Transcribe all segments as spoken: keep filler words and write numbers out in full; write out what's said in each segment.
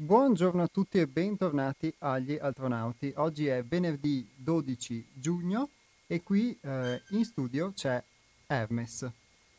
Buongiorno a tutti e bentornati agli Altronauti. Oggi è venerdì dodici giugno e qui eh, in studio c'è Hermes.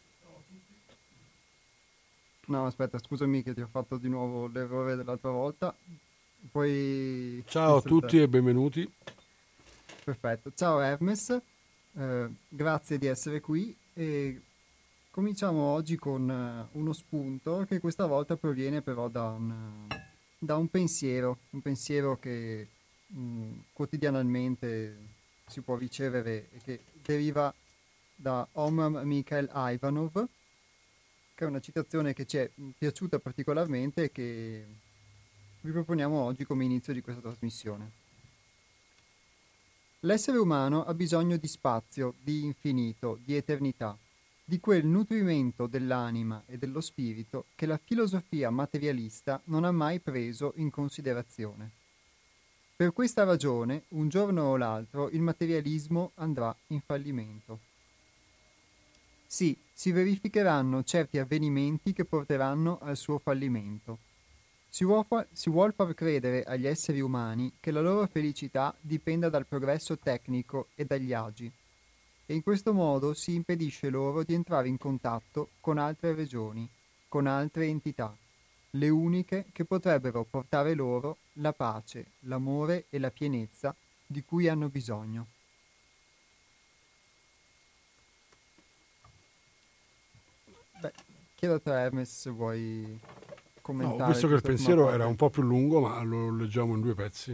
No, aspetta, scusami che ti ho fatto di nuovo l'errore dell'altra volta. Puoi Ciao a insultare. tutti e benvenuti. Perfetto. Ciao Hermes, eh, grazie di essere qui e cominciamo oggi con eh, uno spunto che questa volta proviene però da un, da un pensiero, un pensiero che mh, quotidianamente si può ricevere e che deriva da Omar Mikhail Ivanov, che è una citazione che ci è piaciuta particolarmente e che vi proponiamo oggi come inizio di questa trasmissione. L'essere umano ha bisogno di spazio, di infinito, di eternità, di quel nutrimento dell'anima e dello spirito che la filosofia materialista non ha mai preso in considerazione. Per questa ragione, un giorno o l'altro, il materialismo andrà in fallimento. Sì, si verificheranno certi avvenimenti che porteranno al suo fallimento. Si vuol, fa- si vuol far credere agli esseri umani che la loro felicità dipenda dal progresso tecnico e dagli agi, e in questo modo si impedisce loro di entrare in contatto con altre regioni, con altre entità, le uniche che potrebbero portare loro la pace, l'amore e la pienezza di cui hanno bisogno. Beh, chiedo a te Hermes se vuoi No, ho commentare visto che il questa prima pensiero era parte. un po' più lungo, ma lo leggiamo in due pezzi.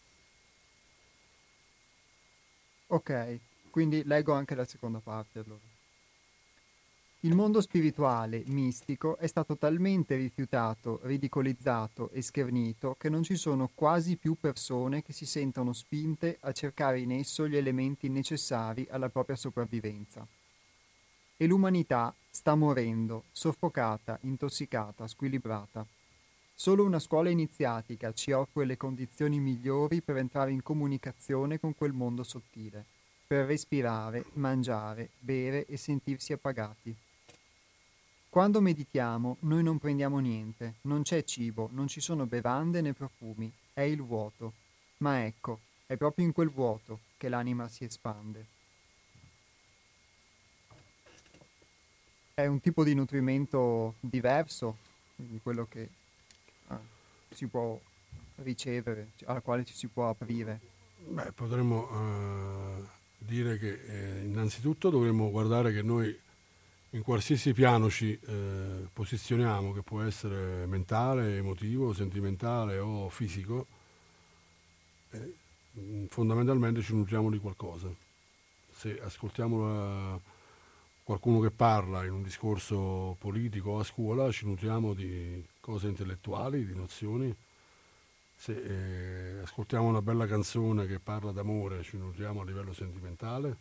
Ok, quindi leggo anche la seconda parte allora. Il mondo spirituale, mistico, è stato talmente rifiutato, ridicolizzato e schernito che non ci sono quasi più persone che si sentono spinte a cercare in esso gli elementi necessari alla propria sopravvivenza. E l'umanità sta morendo, soffocata, intossicata, squilibrata. Solo una scuola iniziatica ci offre le condizioni migliori per entrare in comunicazione con quel mondo sottile, per respirare, mangiare, bere e sentirsi appagati. Quando meditiamo, noi non prendiamo niente, non c'è cibo, non ci sono bevande né profumi, è il vuoto. Ma ecco, è proprio in quel vuoto che l'anima si espande. È un tipo di nutrimento diverso, quindi quello che ah, si può ricevere, alla quale ci si può aprire. Beh, potremmo eh, dire che eh, innanzitutto dovremmo guardare che noi in qualsiasi piano ci eh, posizioniamo, che può essere mentale, emotivo, sentimentale o fisico, eh, fondamentalmente ci nutriamo di qualcosa. Se ascoltiamo la, qualcuno che parla in un discorso politico o a scuola, ci nutriamo di cose intellettuali, di nozioni. Se eh, ascoltiamo una bella canzone che parla d'amore, ci nutriamo a livello sentimentale.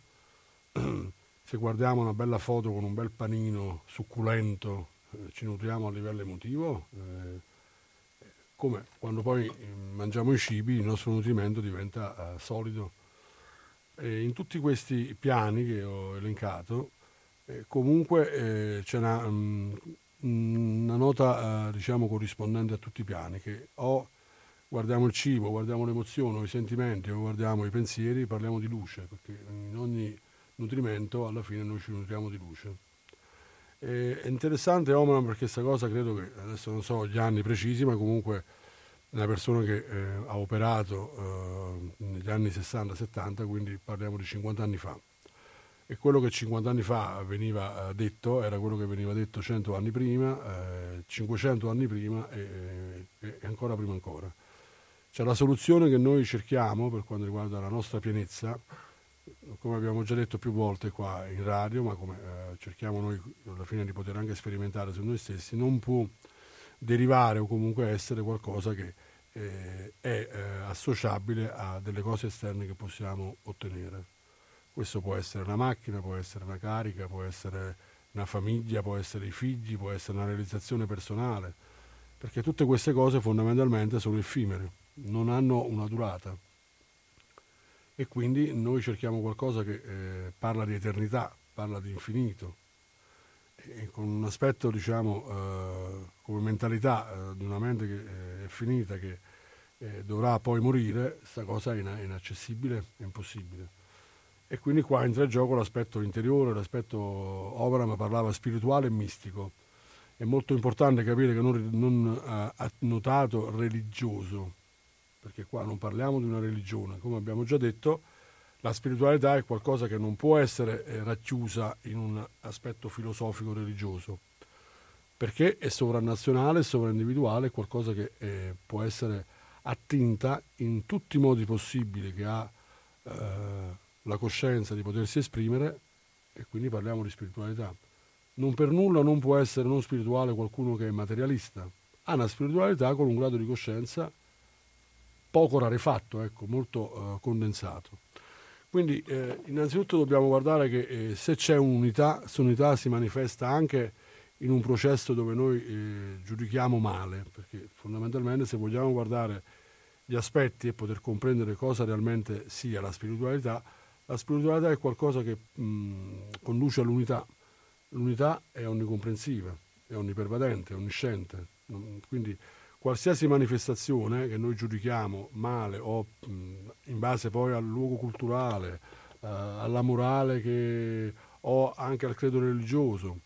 Se guardiamo una bella foto con un bel panino succulento, eh, ci nutriamo a livello emotivo. Eh, come quando poi eh, mangiamo i cibi, il nostro nutrimento diventa eh, solido. E in tutti questi piani che ho elencato, eh, comunque eh, c'è una, um, una nota eh, diciamo corrispondente a tutti i piani, che o guardiamo il cibo, guardiamo le emozioni o i sentimenti o guardiamo i pensieri, parliamo di luce, perché in ogni nutrimento alla fine noi ci nutriamo di luce. E, è interessante Oman perché questa cosa credo che, adesso non so gli anni precisi, ma comunque è una persona che eh, ha operato eh, negli anni sessanta settanta, quindi parliamo di cinquanta anni fa. E quello che cinquanta anni fa veniva detto era quello che veniva detto cento anni prima, eh, cinquecento anni prima e, e, e ancora prima ancora. Cioè la soluzione che noi cerchiamo per quanto riguarda la nostra pienezza, come abbiamo già detto più volte qua in radio, ma come eh, cerchiamo noi alla fine di poter anche sperimentare su noi stessi, non può derivare o comunque essere qualcosa che eh, è eh, associabile a delle cose esterne che possiamo ottenere. Questo può essere una macchina, può essere una carica, può essere una famiglia, può essere i figli, può essere una realizzazione personale, perché tutte queste cose fondamentalmente sono effimere, non hanno una durata. E quindi noi cerchiamo qualcosa che eh, parla di eternità, parla di infinito. e con un aspetto, diciamo, eh, come mentalità eh, di una mente che eh, è finita, che eh, dovrà poi morire, questa cosa è, ina- è inaccessibile, è impossibile. E quindi qua entra in gioco l'aspetto interiore, l'aspetto, Oberam parlava spirituale e mistico. È molto importante capire che non, non eh, ha notato religioso, perché qua non parliamo di una religione, come abbiamo già detto, la spiritualità è qualcosa che non può essere eh, racchiusa in un aspetto filosofico religioso, perché è sovranazionale, è sovraindividuale, è qualcosa che eh, può essere attinta in tutti i modi possibili che ha eh, la coscienza di potersi esprimere, e quindi parliamo di spiritualità. Non per nulla non può essere non spirituale qualcuno che è materialista, ha una spiritualità con un grado di coscienza poco rarefatto, ecco, molto eh, condensato. Quindi eh, innanzitutto dobbiamo guardare che eh, se c'è un'unità, questa unità si manifesta anche in un processo dove noi eh, giudichiamo male, perché fondamentalmente se vogliamo guardare gli aspetti e poter comprendere cosa realmente sia la spiritualità, la spiritualità è qualcosa che mh, conduce all'unità. L'unità è onnicomprensiva, è onnipervadente, è onnisciente, quindi qualsiasi manifestazione che noi giudichiamo male o mh, in base poi al luogo culturale, eh, alla morale che, o anche al credo religioso,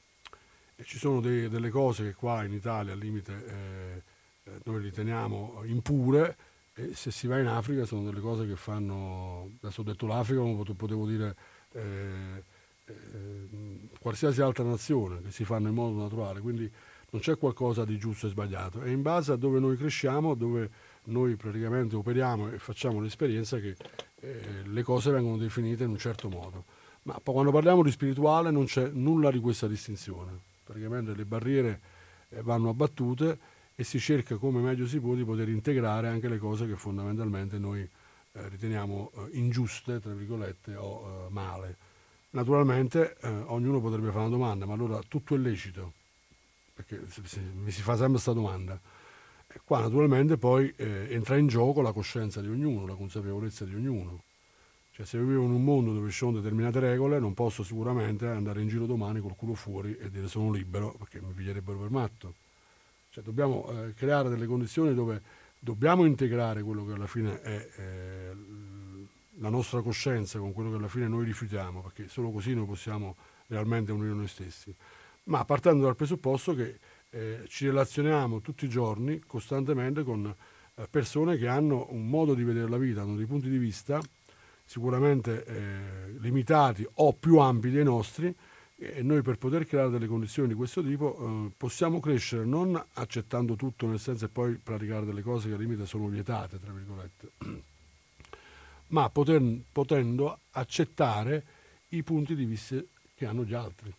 e ci sono de- delle cose che qua in Italia al limite eh, eh, noi riteniamo impure, e se si va in Africa sono delle cose che fanno, adesso ho detto l'Africa, ma potevo dire eh, eh, qualsiasi altra nazione, che si fanno in modo naturale, quindi non c'è qualcosa di giusto e sbagliato, è in base a dove noi cresciamo, dove noi praticamente operiamo e facciamo l'esperienza che eh, le cose vengono definite in un certo modo. Ma poi quando parliamo di spirituale non c'è nulla di questa distinzione, praticamente le barriere eh, vanno abbattute e si cerca come meglio si può di poter integrare anche le cose che fondamentalmente noi eh, riteniamo eh, ingiuste, tra virgolette, o eh, male. Naturalmente eh, ognuno potrebbe fare una domanda, ma allora tutto è lecito? Perché mi si fa sempre questa domanda. E qua naturalmente poi eh, entra in gioco la coscienza di ognuno, la consapevolezza di ognuno. Cioè se io vivo in un mondo dove ci sono determinate regole, non posso sicuramente andare in giro domani col culo fuori e dire sono libero, perché mi piglierebbero per matto. Cioè dobbiamo eh, creare delle condizioni dove dobbiamo integrare quello che alla fine è eh, la nostra coscienza con quello che alla fine noi rifiutiamo, perché solo così noi possiamo realmente unire noi stessi. Ma partendo dal presupposto che eh, ci relazioniamo tutti i giorni, costantemente, con eh, persone che hanno un modo di vedere la vita, hanno dei punti di vista sicuramente eh, limitati o più ampi dei nostri, e noi per poter creare delle condizioni di questo tipo eh, possiamo crescere non accettando tutto, nel senso e poi praticare delle cose che al limite sono vietate, tra virgolette, ma poter, potendo accettare i punti di vista che hanno gli altri.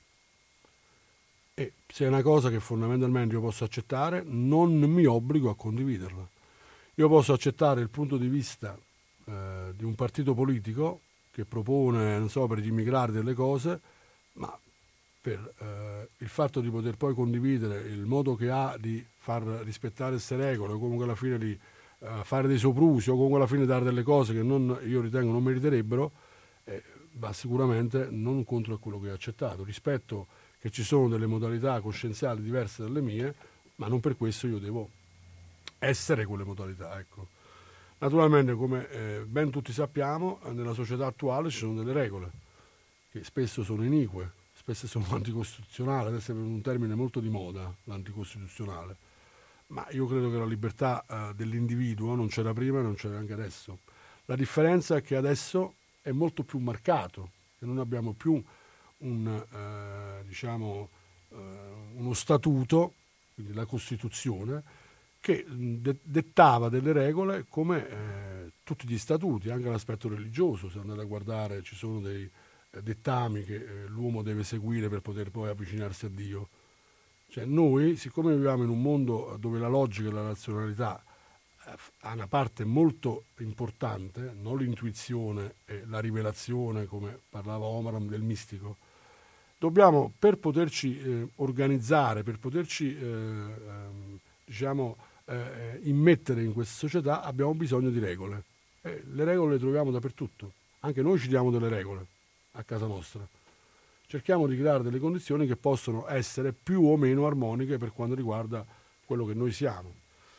E se è una cosa che fondamentalmente io posso accettare, non mi obbligo a condividerla. Io posso accettare il punto di vista eh, di un partito politico che propone, non so, per gli immigrati delle cose, ma per eh, il fatto di poter poi condividere il modo che ha di far rispettare queste regole, o comunque alla fine di eh, fare dei soprusi, o comunque alla fine dare delle cose che non, io ritengo non meriterebbero, eh, va sicuramente non contro a quello che ho accettato. Rispetto che ci sono delle modalità coscienziali diverse dalle mie, ma non per questo io devo essere quelle modalità, ecco. Naturalmente, come eh, ben tutti sappiamo, nella società attuale ci sono delle regole che spesso sono inique, spesso sono anticostituzionali, adesso è un termine molto di moda, l'anticostituzionale, ma io credo che la libertà eh, dell'individuo non c'era prima e non c'era anche adesso. La differenza è che adesso è molto più marcato, che non abbiamo più un, eh, diciamo, eh, uno statuto, quindi la Costituzione, che de- dettava delle regole come eh, tutti gli statuti, anche l'aspetto religioso. Se andate a guardare ci sono dei eh, dettami che eh, l'uomo deve seguire per poter poi avvicinarsi a Dio. Cioè noi, siccome viviamo in un mondo dove la logica e la razionalità eh, ha una parte molto importante, non l'intuizione e la rivelazione, come parlava Omaram del mistico, dobbiamo, per poterci eh, organizzare, per poterci eh, ehm, diciamo eh, immettere in questa società, abbiamo bisogno di regole. E le regole le troviamo dappertutto. Anche noi ci diamo delle regole a casa nostra. cerchiamo di creare delle condizioni che possono essere più o meno armoniche per quanto riguarda quello che noi siamo.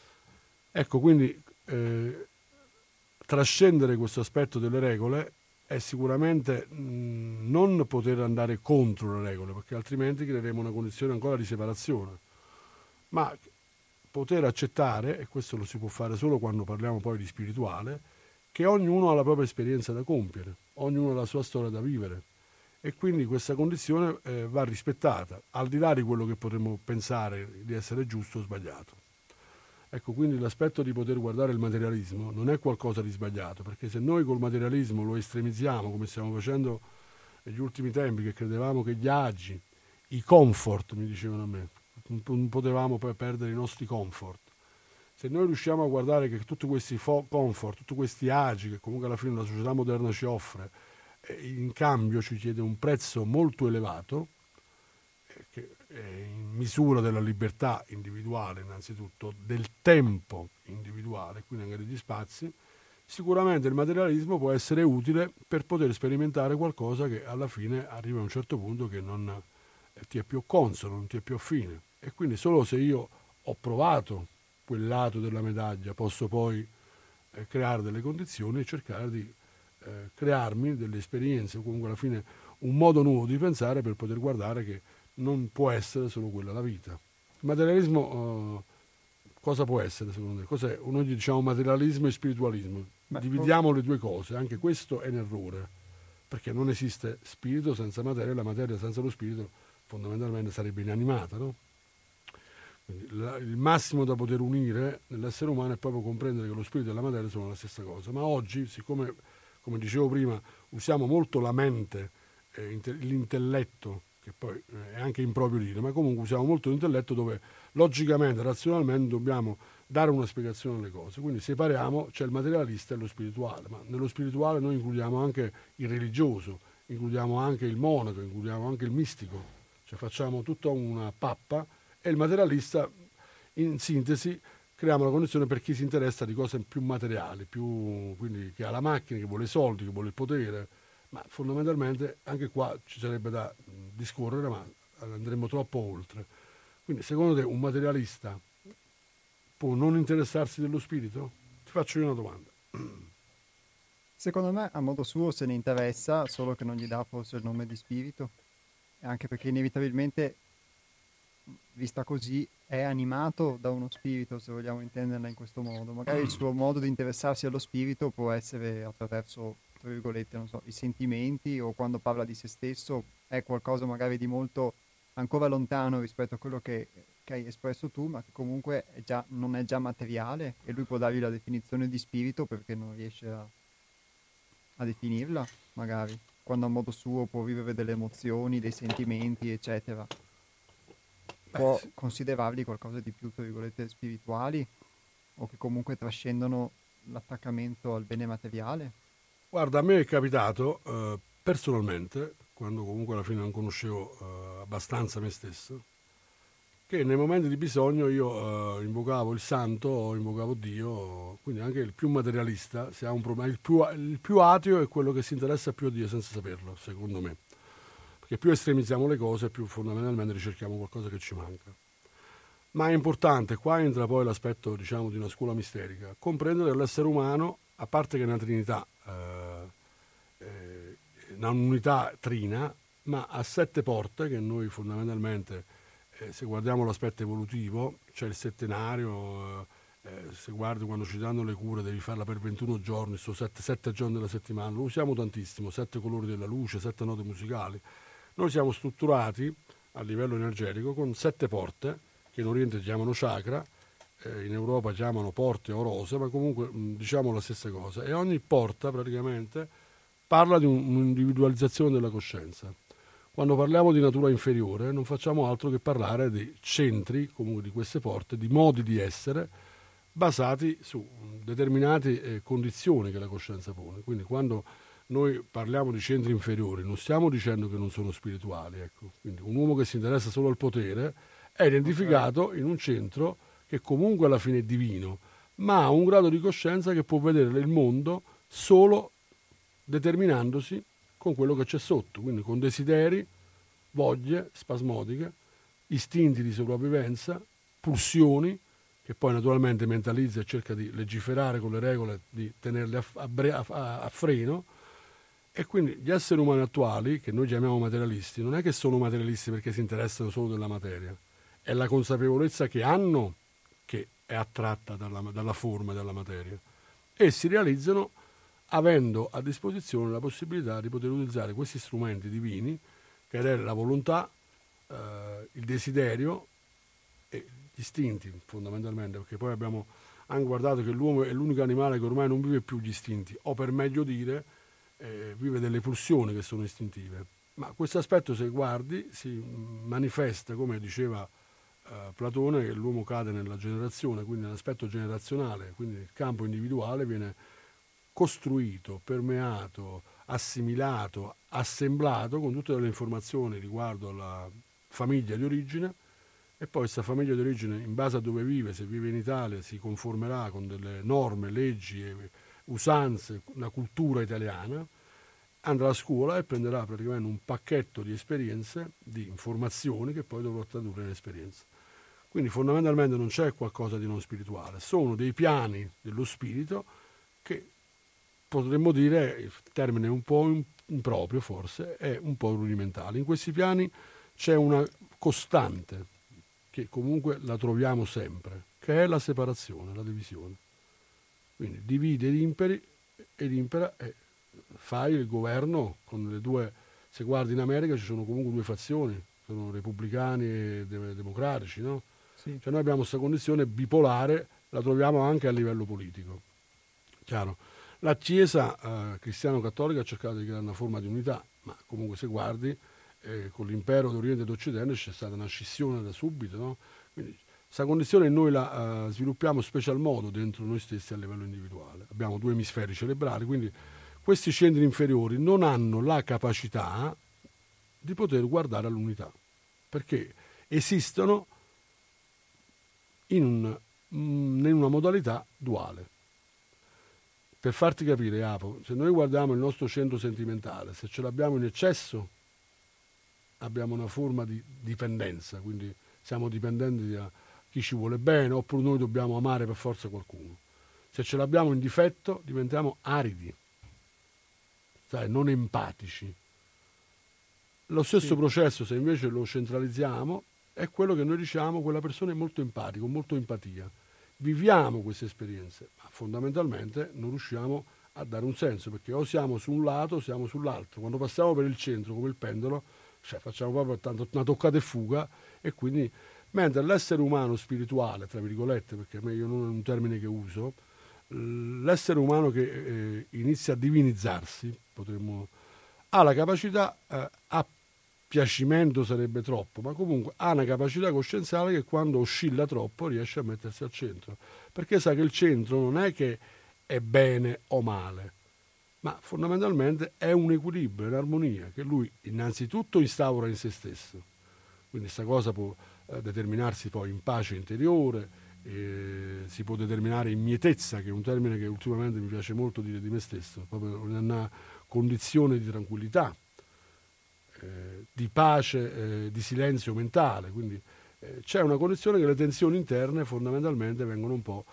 Ecco, quindi eh, trascendere questo aspetto delle regole è sicuramente mh, non poter andare contro le regole, perché altrimenti creeremo una condizione ancora di separazione, ma poter accettare, e questo lo si può fare solo quando parliamo poi di spirituale, che ognuno ha la propria esperienza da compiere, ognuno ha la sua storia da vivere, e quindi questa condizione eh, va rispettata, al di là di quello che potremmo pensare di essere giusto o sbagliato. Ecco, quindi l'aspetto di poter guardare il materialismo non è qualcosa di sbagliato, perché se noi col materialismo lo estremizziamo, come stiamo facendo negli ultimi tempi, che credevamo che gli agi, i comfort, mi dicevano a me, non potevamo poi perdere i nostri comfort. Se noi riusciamo a guardare che tutti questi fo- comfort, tutti questi agi che comunque alla fine la società moderna ci offre, eh, in cambio ci chiede un prezzo molto elevato, eh, che è in misura della libertà individuale innanzitutto, del tempo individuale, quindi anche degli spazi, sicuramente il materialismo può essere utile per poter sperimentare qualcosa che alla fine arriva a un certo punto che non eh, ti è più consono, non ti è più affine. E quindi solo se io ho provato quel lato della medaglia posso poi eh, creare delle condizioni e cercare di eh, crearmi delle esperienze, o comunque alla fine un modo nuovo di pensare per poter guardare che non può essere solo quella la vita. Il materialismo eh, cosa può essere secondo te? Cos'è? Noi diciamo materialismo e spiritualismo. Beh, dividiamo oh. le due cose, anche questo è un errore, perché non esiste spirito senza materia, e la materia senza lo spirito fondamentalmente sarebbe inanimata, no? Quindi la, il massimo da poter unire nell'essere umano è proprio comprendere che lo spirito e la materia sono la stessa cosa. Ma oggi, siccome, come dicevo prima, usiamo molto la mente, eh, inte- l'intelletto, che poi eh, è anche improprio dire, ma comunque usiamo molto l'intelletto dove logicamente, razionalmente dobbiamo dare una spiegazione alle cose. Quindi separiamo, c'è il materialista e lo spirituale, ma nello spirituale noi includiamo anche il religioso, includiamo anche il monaco, includiamo anche il mistico, cioè facciamo tutta una pappa. E il materialista, in sintesi, creiamo la condizione per chi si interessa di cose più materiali, più, quindi che ha la macchina, che vuole i soldi, che vuole il potere, ma fondamentalmente anche qua ci sarebbe da discorrere, ma andremo troppo oltre. Quindi secondo te un materialista può non interessarsi dello spirito? Ti faccio io una domanda. Secondo me a modo suo se ne interessa, solo che non gli dà forse il nome di spirito, anche perché inevitabilmente, vista così, è animato da uno spirito, se vogliamo intenderla in questo modo. Magari il suo modo di interessarsi allo spirito può essere attraverso, tra virgolette, non so, i sentimenti, o quando parla di se stesso è qualcosa magari di molto ancora lontano rispetto a quello che, che hai espresso tu, ma che comunque è già, non è già materiale, e lui può dargli la definizione di spirito perché non riesce a, a definirla, magari, quando a modo suo può vivere delle emozioni, dei sentimenti, eccetera. Può considerarli qualcosa di più, tra virgolette, spirituali, o che comunque trascendono l'attaccamento al bene materiale? Guarda, a me è capitato eh, personalmente, quando comunque alla fine non conoscevo eh, abbastanza me stesso, che nei momenti di bisogno io eh, invocavo il santo o invocavo Dio, quindi anche il più materialista, se ha un problema, il più, il più ateo è quello che si interessa più a Dio senza saperlo, secondo me. Perché più estremizziamo le cose, più fondamentalmente ricerchiamo qualcosa che ci manca. Ma è importante, qua entra poi l'aspetto, diciamo, di una scuola misterica, comprendere che l'essere umano, a parte che è una trinità, eh, eh, una unità trina, ma ha sette porte che noi fondamentalmente, eh, se guardiamo l'aspetto evolutivo, c'è il settenario, eh, se guardi quando ci danno le cure devi farla per ventuno giorni, sono sette, sette giorni della settimana, lo usiamo tantissimo, sette colori della luce, sette note musicali. Noi siamo strutturati a livello energetico con sette porte, che in Oriente chiamano chakra, eh, in Europa chiamano porte o rose, ma comunque mh, diciamo la stessa cosa. E ogni porta praticamente parla di un, un'individualizzazione della coscienza. Quando parliamo di natura inferiore non facciamo altro che parlare di centri, comunque di queste porte, di modi di essere basati su determinate eh, condizioni che la coscienza pone. Quindi quando noi parliamo di centri inferiori, non stiamo dicendo che non sono spirituali, ecco. Quindi un uomo che si interessa solo al potere è identificato in un centro che comunque alla fine è divino, ma ha un grado di coscienza che può vedere il mondo solo determinandosi con quello che c'è sotto, quindi con desideri voglie spasmodiche, istinti di sopravvivenza, pulsioni, che poi naturalmente mentalizza e cerca di legiferare con le regole, di tenerle a, a, a, a freno. E quindi gli esseri umani attuali, che noi chiamiamo materialisti, non è che sono materialisti perché si interessano solo della materia, è la consapevolezza che hanno che è attratta dalla, dalla forma della materia, e si realizzano avendo a disposizione la possibilità di poter utilizzare questi strumenti divini, che è la volontà, eh, il desiderio e gli istinti fondamentalmente, perché poi abbiamo anche guardato che l'uomo è l'unico animale che ormai non vive più gli istinti, o per meglio dire eh, vive delle pulsioni che sono istintive. Ma questo aspetto, se guardi, si manifesta, come diceva eh, Platone, che l'uomo cade nella generazione, quindi nell'aspetto generazionale, quindi il campo individuale viene costruito, permeato, assimilato, assemblato con tutte le informazioni riguardo alla famiglia di origine, e poi questa famiglia di origine, in base a dove vive, se vive in Italia, si conformerà con delle norme, leggi, usanze, una cultura italiana, andrà a scuola e prenderà praticamente un pacchetto di esperienze, di informazioni che poi dovrà tradurre in esperienza. Quindi fondamentalmente non c'è qualcosa di non spirituale, sono dei piani dello spirito che potremmo dire, il termine è un po' improprio forse, è un po' rudimentale. In questi piani c'è una costante, che comunque la troviamo sempre, che è la separazione, la divisione. Quindi divide ed imperi, ed impera, e fai il governo con le due. Se guardi in America ci sono comunque due fazioni, sono repubblicani e de- democratici, no? Sì. Cioè noi abbiamo questa condizione bipolare, la troviamo anche a livello politico. Chiaro. La Chiesa eh, cristiano-cattolica ha cercato di creare una forma di unità, ma comunque se guardi eh, con l'impero d'Oriente e d'Occidente c'è stata una scissione da subito, no? Quindi questa condizione noi la uh, sviluppiamo special modo dentro noi stessi a livello individuale. Abbiamo due emisferi cerebrali, quindi questi centri inferiori non hanno la capacità di poter guardare all'unità, perché esistono in, un, in una modalità duale. Per farti capire, Apo, se noi guardiamo il nostro centro sentimentale, se ce l'abbiamo in eccesso, abbiamo una forma di dipendenza, quindi siamo dipendenti da chi ci vuole bene, oppure noi dobbiamo amare per forza qualcuno. Se ce l'abbiamo in difetto, diventiamo aridi, sai, non empatici. Lo stesso sì. processo, se invece lo centralizziamo, è quello che noi diciamo, quella persona è molto empatica, con molto empatia. Viviamo queste esperienze, ma fondamentalmente non riusciamo a dare un senso, perché o siamo su un lato o siamo sull'altro. Quando passiamo per il centro, come il pendolo, cioè facciamo proprio tanto una toccata e fuga, e quindi, mentre l'essere umano spirituale, tra virgolette, perché io non è un termine che uso, l'essere umano che eh, inizia a divinizzarsi, potremmo, ha la capacità, eh, a piacimento sarebbe troppo, ma comunque ha una capacità coscienziale che quando oscilla troppo riesce a mettersi al centro, perché sa che il centro non è che è bene o male, ma fondamentalmente è un equilibrio, un'armonia che lui innanzitutto instaura in se stesso. Quindi questa cosa può eh, determinarsi poi in pace interiore, eh, si può determinare in mietezza, che è un termine che ultimamente mi piace molto dire di me stesso, proprio una condizione di tranquillità, eh, di pace, eh, di silenzio mentale. Quindi eh, c'è una condizione che le tensioni interne fondamentalmente vengono un po',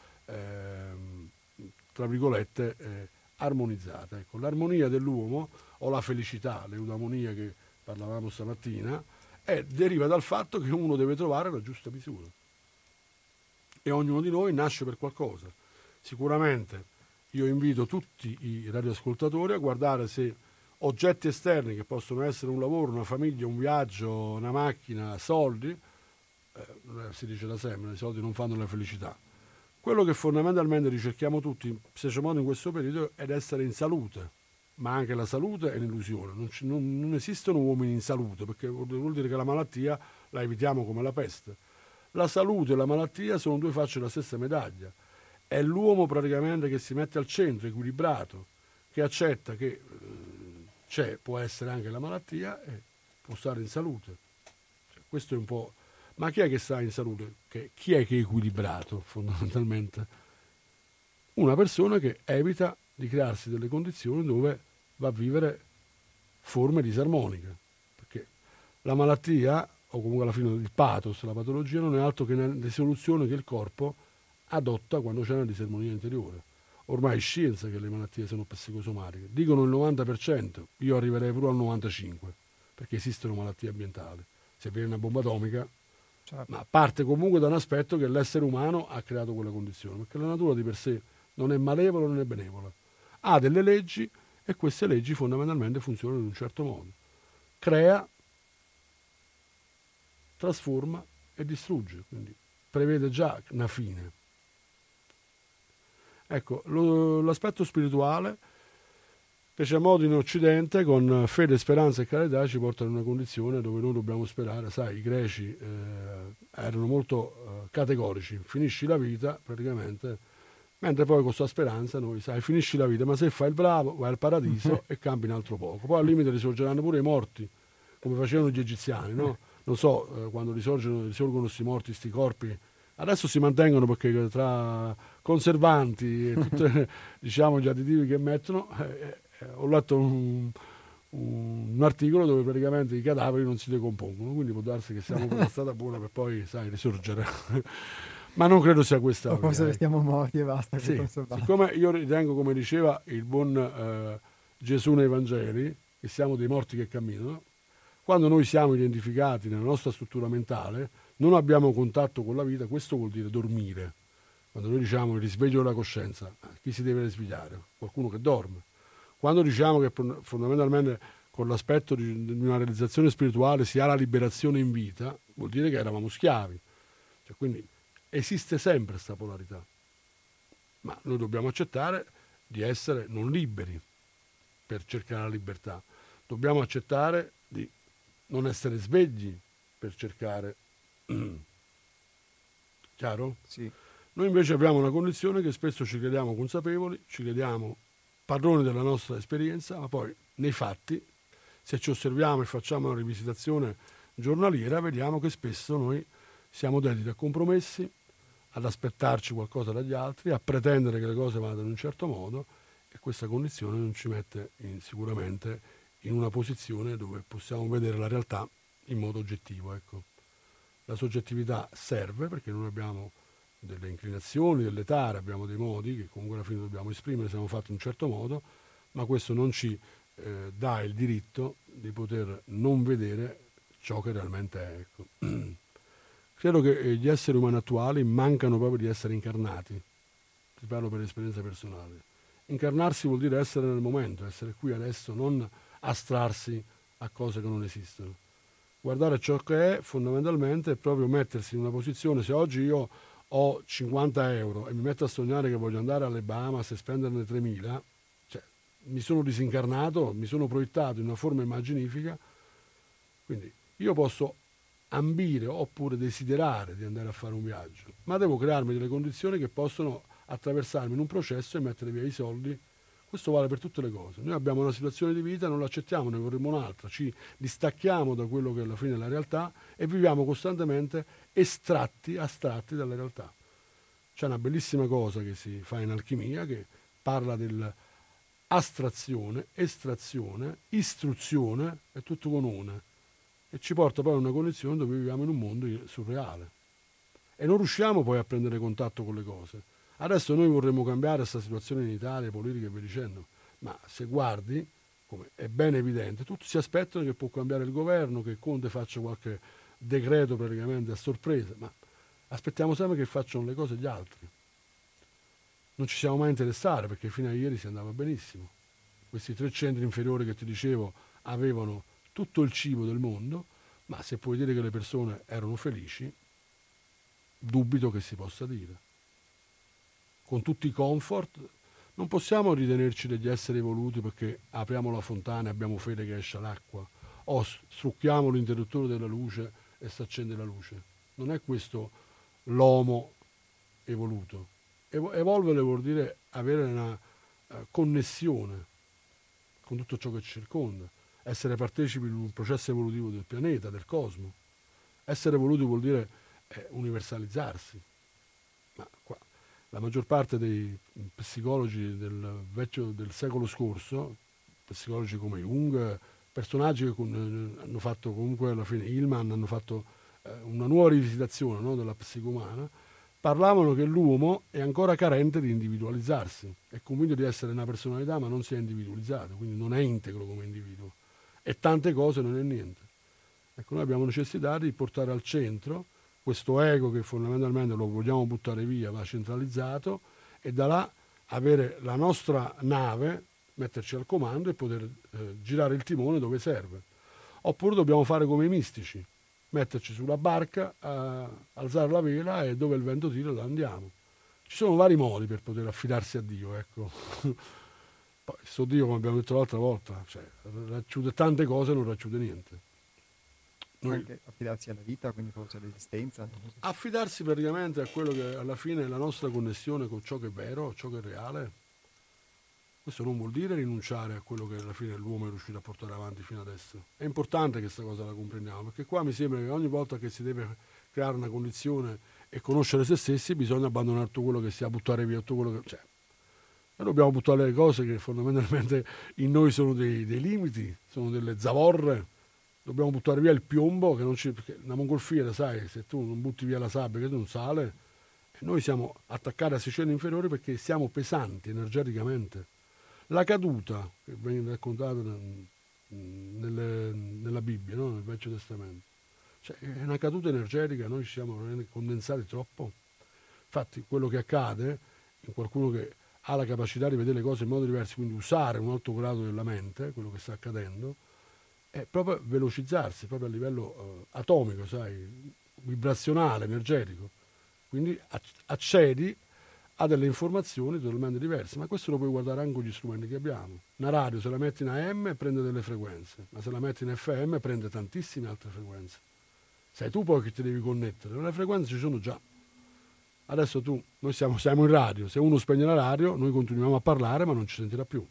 eh, tra virgolette, eh, armonizzate. Ecco, l'armonia dell'uomo, o la felicità, l'eudaimonia che parlavamo stamattina, è, deriva dal fatto che uno deve trovare la giusta misura. E ognuno di noi nasce per qualcosa. Sicuramente io invito tutti i radioascoltatori a guardare se oggetti esterni, che possono essere un lavoro, una famiglia, un viaggio, una macchina, soldi, eh, si dice da sempre, i soldi non fanno la felicità. Quello che fondamentalmente ricerchiamo tutti, in special modo in questo periodo, è essere in salute, ma anche la salute è un'illusione. Non, ci, non, non esistono uomini in salute, perché vuol dire che la malattia la evitiamo come la peste. La salute e la malattia sono due facce della stessa medaglia. È l'uomo praticamente che si mette al centro, equilibrato, che accetta che eh, c'è, può essere anche la malattia e può stare in salute. Cioè, questo è un po'. Ma chi è che sta in salute? Che, chi è che è equilibrato fondamentalmente? Una persona che evita di crearsi delle condizioni dove va a vivere forme disarmoniche. Perché La malattia, o comunque alla fine il pathos, la patologia, non è altro che una risoluzione che il corpo adotta quando c'è una disarmonia interiore. Ormai è scienza che le malattie sono psicosomatiche. Dicono il novanta per cento, io arriverei pure al novantacinque per cento, perché esistono malattie ambientali. Se viene una bomba atomica, Certo. ma parte comunque da un aspetto che l'essere umano ha creato quella condizione, perché la natura di per sé non è malevola, non è benevola. Ha delle leggi e queste leggi fondamentalmente funzionano in un certo modo. Crea, trasforma e distrugge, quindi prevede già una fine. Ecco, lo, l'aspetto spirituale, specie a modo in Occidente, con fede, speranza e carità, ci portano in una condizione dove noi dobbiamo sperare. Sai, i greci eh, erano molto eh, categorici, finisci la vita praticamente, mentre poi con questa speranza noi, sai, finisci la vita, ma se fai il bravo vai al paradiso e cambi un altro poco. Poi al limite risorgeranno pure i morti, come facevano gli egiziani, no? Non so, eh, quando risorgono, risorgono questi morti, questi corpi, adesso si mantengono perché tra conservanti e tutti diciamo, gli additivi che mettono, eh, eh, ho letto un, un, un articolo dove praticamente i cadaveri non si decompongono, quindi può darsi che siamo per la strada buona per poi, sai, risorgere. Ma non credo sia questa. O forse via, restiamo morti e basta. sì, Che siccome io ritengo, come diceva il buon eh, Gesù nei Vangeli, che siamo dei morti che camminano, quando noi siamo identificati nella nostra struttura mentale, non abbiamo contatto con la vita, questo vuol dire dormire. Quando noi diciamo il risveglio della coscienza, chi si deve risvegliare? Qualcuno che dorme. Quando diciamo che fondamentalmente con l'aspetto di una realizzazione spirituale si ha la liberazione in vita, vuol dire che eravamo schiavi. Cioè, quindi esiste sempre questa polarità. Ma noi dobbiamo accettare di essere non liberi per cercare la libertà. Dobbiamo accettare di non essere svegli per cercare. Chiaro? Sì. Noi invece abbiamo una condizione che spesso ci crediamo consapevoli, ci crediamo padroni della nostra esperienza, ma poi nei fatti, se ci osserviamo e facciamo una rivisitazione giornaliera, vediamo che spesso noi siamo dediti a compromessi, ad aspettarci qualcosa dagli altri, a pretendere che le cose vadano in un certo modo, e questa condizione non ci mette in, sicuramente in una posizione dove possiamo vedere la realtà in modo oggettivo. Ecco. La soggettività serve perché noi abbiamo delle inclinazioni, delle tare, abbiamo dei modi che comunque alla fine dobbiamo esprimere, siamo fatti in un certo modo, ma questo non ci eh, dà il diritto di poter non vedere ciò che realmente è. Ecco. Credo che gli esseri umani attuali mancano proprio di essere incarnati. Ti parlo per esperienza personale. Incarnarsi vuol dire essere nel momento, essere qui adesso, non astrarsi a cose che non esistono. Guardare ciò che è fondamentalmente è proprio mettersi in una posizione. Se oggi io ho cinquanta euro e mi metto a sognare che voglio andare alle Bahamas e spenderne tremila, cioè, mi sono disincarnato, mi sono proiettato in una forma immaginifica, quindi io posso ambire oppure desiderare di andare a fare un viaggio, ma devo crearmi delle condizioni che possono attraversarmi in un processo e mettere via i soldi. Questo vale per tutte le cose. Noi abbiamo una situazione di vita, non l'accettiamo, ne vorremmo un'altra, ci distacchiamo da quello che alla fine è la realtà e viviamo costantemente estratti, astratti dalla realtà. C'è una bellissima cosa che si fa in alchimia che parla dell'astrazione, estrazione, istruzione, è tutto con una, e ci porta poi a una condizione dove viviamo in un mondo surreale e non riusciamo poi a prendere contatto con le cose. Adesso noi vorremmo cambiare questa situazione in Italia, politica e via dicendo, ma se guardi, come è ben evidente, tutti si aspettano che può cambiare il governo, che Conte faccia qualche decreto praticamente a sorpresa, ma aspettiamo sempre che facciano le cose gli altri. Non ci siamo mai interessati perché fino a ieri si andava benissimo. Questi tre centri inferiori che ti dicevo avevano tutto il cibo del mondo, ma se puoi dire che le persone erano felici, dubito che si possa dire. Con tutti i comfort, non possiamo ritenerci degli esseri evoluti perché apriamo la fontana e abbiamo fede che esce l'acqua, o strucchiamo l'interruttore della luce e si accende la luce. Non è questo l'uomo evoluto. Evolvere vuol dire avere una uh, connessione con tutto ciò che ci circonda, essere partecipi in un processo evolutivo del pianeta, del cosmo. Essere evoluti vuol dire eh, universalizzarsi. Ma qua, la maggior parte dei psicologi del vecchio del secolo scorso, psicologi come Jung, personaggi che con, hanno fatto comunque alla fine, Hillman, hanno fatto eh, una nuova rivisitazione, no, della psiche umana, parlavano che l'uomo è ancora carente di individualizzarsi, è convinto di essere una personalità ma non si è individualizzato, quindi non è integro come individuo e tante cose non è niente. Ecco, noi abbiamo necessità di portare al centro questo ego che fondamentalmente lo vogliamo buttare via, va centralizzato, e da là avere la nostra nave, metterci al comando e poter eh, girare il timone dove serve. Oppure dobbiamo fare come i mistici, metterci sulla barca, eh, alzare la vela e dove il vento tira là andiamo. Ci sono vari modi per poter affidarsi a Dio, ecco. Poi sto Dio, come abbiamo detto l'altra volta, cioè, racchiude tante cose e non racchiude niente. Noi... Anche affidarsi alla vita, quindi forse all'esistenza. Affidarsi praticamente a quello che alla fine è la nostra connessione con ciò che è vero, ciò che è reale. Questo non vuol dire rinunciare a quello che alla fine l'uomo è riuscito a portare avanti fino adesso. È importante che questa cosa la comprendiamo, perché qua mi sembra che ogni volta che si deve creare una condizione e conoscere se stessi bisogna abbandonare tutto quello che sia, buttare via tutto quello che... Cioè, noi dobbiamo buttare le cose che fondamentalmente in noi sono dei, dei limiti, sono delle zavorre. Dobbiamo buttare via il piombo, che non ci, perché una mongolfiera, sai, se tu non butti via la sabbia che non sale, e noi siamo attaccati a sicelle inferiori perché siamo pesanti energeticamente. La caduta, che viene raccontata nelle, nella Bibbia, no? Nel Vecchio Testamento, cioè, è una caduta energetica, noi ci siamo condensati troppo. Infatti quello che accade in qualcuno che ha la capacità di vedere le cose in modo diverso, quindi usare un alto grado della mente, quello che sta accadendo, è proprio velocizzarsi, proprio a livello uh, atomico, sai, vibrazionale, energetico. Quindi accedi a delle informazioni totalmente diverse, ma questo lo puoi guardare anche con gli strumenti che abbiamo. Una radio, se la metti in A M, prende delle frequenze, ma se la metti in F M, prende tantissime altre frequenze. Sei tu poi che ti devi connettere, le frequenze ci sono già. Adesso tu, noi siamo, siamo in radio, se uno spegne la radio, noi continuiamo a parlare, ma non ci sentirà più.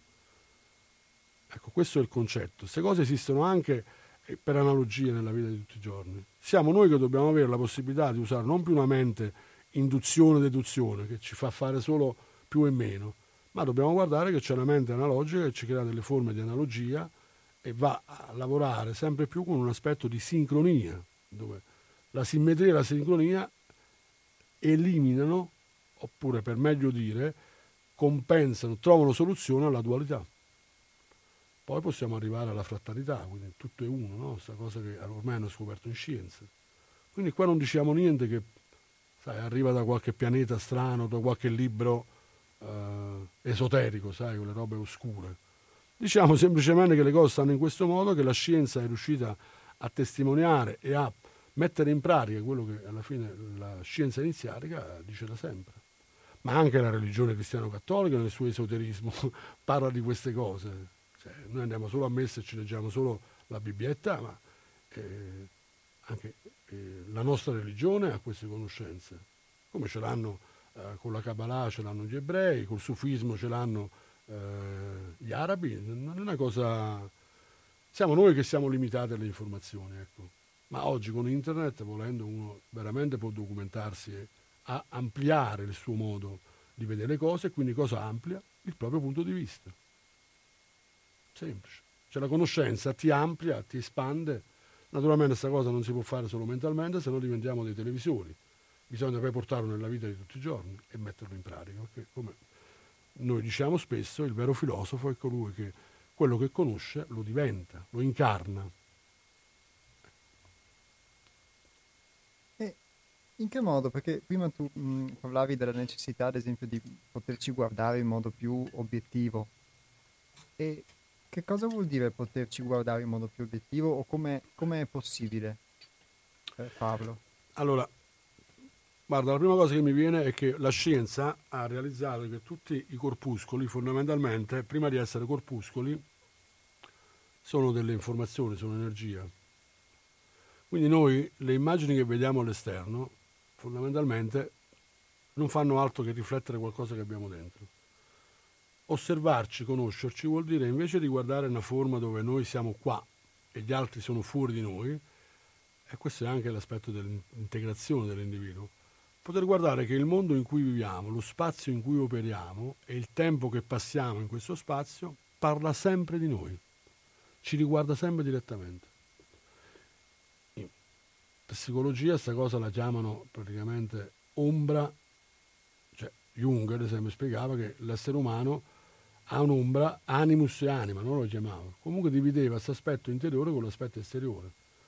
Ecco, questo è il concetto. Queste cose esistono anche per analogie nella vita di tutti i giorni. Siamo noi che dobbiamo avere la possibilità di usare non più una mente induzione-deduzione che ci fa fare solo più e meno, ma dobbiamo guardare che c'è una mente analogica che ci crea delle forme di analogia e va a lavorare sempre più con un aspetto di sincronia, dove la simmetria e la sincronia eliminano, oppure per meglio dire, compensano, trovano soluzione alla dualità. Poi possiamo arrivare alla frattalità, quindi tutto è uno, no? Questa cosa che ormai hanno scoperto in scienza. Quindi qua non diciamo niente che, sai, arriva da qualche pianeta strano, da qualche libro eh, esoterico, sai, quelle robe oscure. Diciamo semplicemente che le cose stanno in questo modo, che la scienza è riuscita a testimoniare e a mettere in pratica quello che alla fine la scienza iniziatica dice da sempre. Ma anche la religione cristiano-cattolica nel suo esoterismo parla di queste cose. Cioè, noi andiamo solo a messa e ci leggiamo solo la Bibbietta, ma eh, anche eh, la nostra religione ha queste conoscenze, come ce l'hanno eh, con la Kabbalah, ce l'hanno gli ebrei, col sufismo ce l'hanno eh, gli arabi. Non è una cosa... Siamo noi che siamo limitati alle informazioni, ecco. Ma oggi con internet, volendo, uno veramente può documentarsi e a ampliare il suo modo di vedere le cose, e quindi cosa amplia? Il proprio punto di vista. Semplice. Cioè la conoscenza ti amplia, ti espande. Naturalmente questa cosa non si può fare solo mentalmente, se no diventiamo dei televisori. Bisogna poi portarlo nella vita di tutti i giorni e metterlo in pratica. Perché, come noi diciamo spesso, il vero filosofo è colui che quello che conosce lo diventa, lo incarna. E in che modo? Perché prima tu mh, parlavi della necessità, ad esempio, di poterci guardare in modo più obiettivo. E che cosa vuol dire poterci guardare in modo più obiettivo, o come è possibile eh, farlo? Allora, guarda, la prima cosa che mi viene è che la scienza ha realizzato che tutti i corpuscoli, fondamentalmente, prima di essere corpuscoli, sono delle informazioni, sono energia. Quindi noi, le immagini che vediamo all'esterno, fondamentalmente, non fanno altro che riflettere qualcosa che abbiamo dentro. Osservarci, conoscerci, vuol dire invece di guardare una forma dove noi siamo qua e gli altri sono fuori di noi, e questo è anche l'aspetto dell'integrazione dell'individuo, poter guardare che il mondo in cui viviamo, lo spazio in cui operiamo e il tempo che passiamo in questo spazio parla sempre di noi. ci riguarda sempre direttamente. In psicologia sta cosa la chiamano praticamente ombra, cioè Jung ad esempio spiegava che l'essere umano ha un'ombra, animus e anima, non lo chiamava. Comunque divideva questo aspetto interiore con l'aspetto esteriore.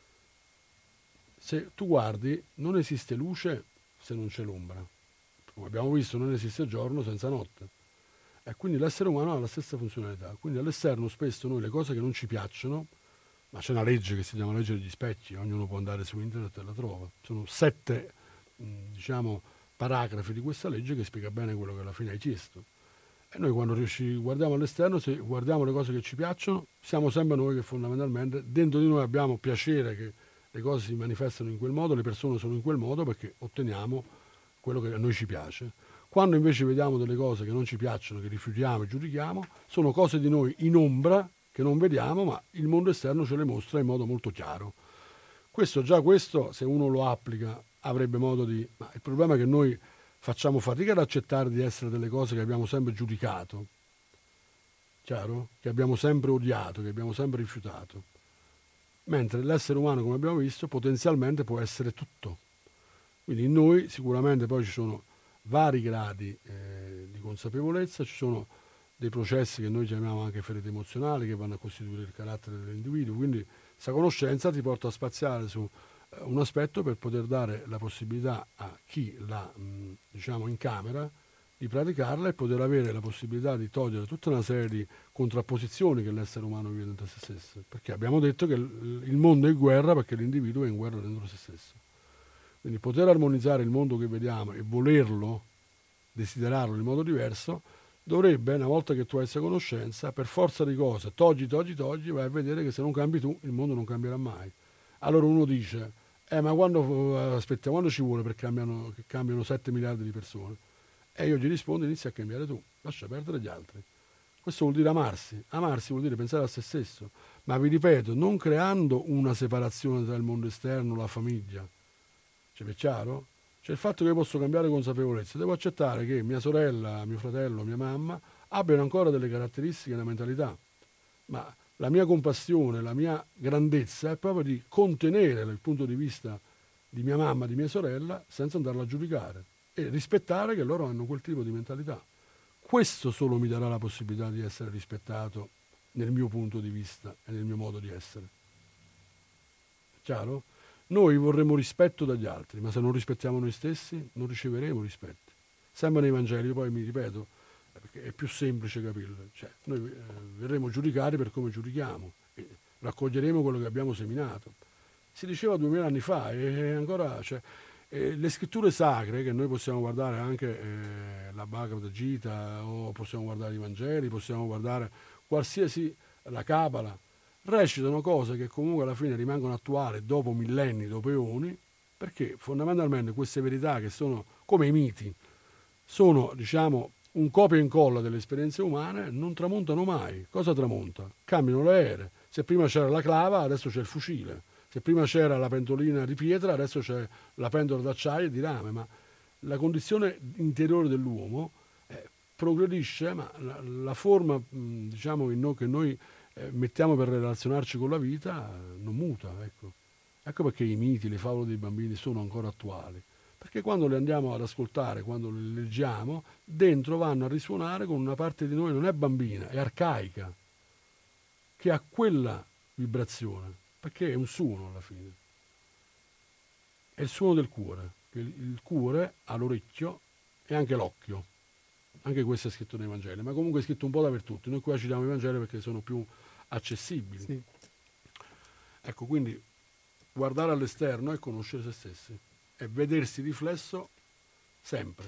Se tu guardi, non esiste luce se non c'è l'ombra. Come abbiamo visto, non esiste giorno senza notte. E quindi l'essere umano ha la stessa funzionalità. Quindi all'esterno spesso noi le cose che non ci piacciono, ma c'è una legge che si chiama legge degli specchi, ognuno può andare su internet e la trova. Sono sette, diciamo, paragrafi di questa legge che spiega bene quello che alla fine hai chiesto. E noi quando riusci, guardiamo all'esterno, se guardiamo le cose che ci piacciono, siamo sempre noi che fondamentalmente dentro di noi abbiamo piacere che le cose si manifestano in quel modo, le persone sono in quel modo perché otteniamo quello che a noi ci piace. Quando invece vediamo delle cose che non ci piacciono, che rifiutiamo e giudichiamo, sono cose di noi in ombra che non vediamo, ma il mondo esterno ce le mostra in modo molto chiaro. Questo, già questo, se uno lo applica, avrebbe modo di... Ma il problema è che noi facciamo fatica ad accettare di essere delle cose che abbiamo sempre giudicato, chiaro? Che abbiamo sempre odiato, che abbiamo sempre rifiutato. Mentre l'essere umano, come abbiamo visto, potenzialmente può essere tutto. Quindi in noi sicuramente poi ci sono vari gradi eh, di consapevolezza, ci sono dei processi che noi chiamiamo anche ferite emozionali che vanno a costituire il carattere dell'individuo, quindi questa conoscenza ti porta a spaziare su eh, un aspetto per poter dare la possibilità a chi la mh, diciamo incamera di praticarla e poter avere la possibilità di togliere tutta una serie di contrapposizioni che l'essere umano vive dentro se stesso, perché abbiamo detto che il mondo è in guerra perché l'individuo è in guerra dentro se stesso. Quindi poter armonizzare il mondo che vediamo e volerlo, desiderarlo in modo diverso, dovrebbe, una volta che tu hai questa conoscenza, per forza di cose, togli, togli, togli, vai a vedere che se non cambi tu, il mondo non cambierà mai. Allora uno dice, eh ma quando, aspetta, quando ci vuole per cambiano, che cambiano sette miliardi di persone? E io gli rispondo, inizia a cambiare tu, lascia perdere gli altri. Questo vuol dire amarsi. Amarsi vuol dire pensare a se stesso. Ma vi ripeto, non creando una separazione tra il mondo esterno e la famiglia. Cioè, è chiaro? C'è il fatto che io posso cambiare consapevolezza, devo accettare che mia sorella, mio fratello, mia mamma abbiano ancora delle caratteristiche e una mentalità, ma la mia compassione, la mia grandezza è proprio di contenere il punto di vista di mia mamma, di mia sorella, senza andarla a giudicare e rispettare che loro hanno quel tipo di mentalità. Questo solo mi darà la possibilità di essere rispettato nel mio punto di vista e nel mio modo di essere. Chiaro? Noi vorremmo rispetto dagli altri, ma se non rispettiamo noi stessi non riceveremo rispetto. Sempre nei Vangeli, poi mi ripeto, perché è più semplice capirlo. Cioè, noi eh, verremo giudicati per come giudichiamo, e raccoglieremo quello che abbiamo seminato. Si diceva duemila anni fa e ancora... Cioè, eh, le scritture sacre, che noi possiamo guardare anche eh, la Bhagavad Gita, o possiamo guardare i Vangeli, possiamo guardare qualsiasi, la Kabbalah, recitano cose che comunque alla fine rimangono attuali dopo millenni, dopo eoni, perché fondamentalmente queste verità che sono come i miti, sono diciamo un copia e incolla delle esperienze umane, non tramontano mai. Cosa tramonta? Cambiano le ere. Se prima c'era la clava, adesso c'è il fucile. Se prima c'era la pentolina di pietra, adesso c'è la pentola d'acciaio e di rame. Ma la condizione interiore dell'uomo eh, progredisce, ma la, la forma mh, diciamo in noi, che noi eh, mettiamo per relazionarci con la vita eh, non muta. Ecco. ecco perché i miti, le favole dei bambini sono ancora attuali. Perché quando le andiamo ad ascoltare, quando le leggiamo, dentro vanno a risuonare con una parte di noi, non è bambina, è arcaica, che ha quella vibrazione, perché è un suono alla fine. È il suono del cuore. Il, il cuore ha l'orecchio e anche l'occhio. Anche questo è scritto nei Vangeli, ma comunque è scritto un po' dappertutto. Noi qua citiamo i Vangeli perché sono più accessibili. Sì. Ecco, quindi guardare all'esterno è conoscere se stessi. E vedersi riflesso sempre.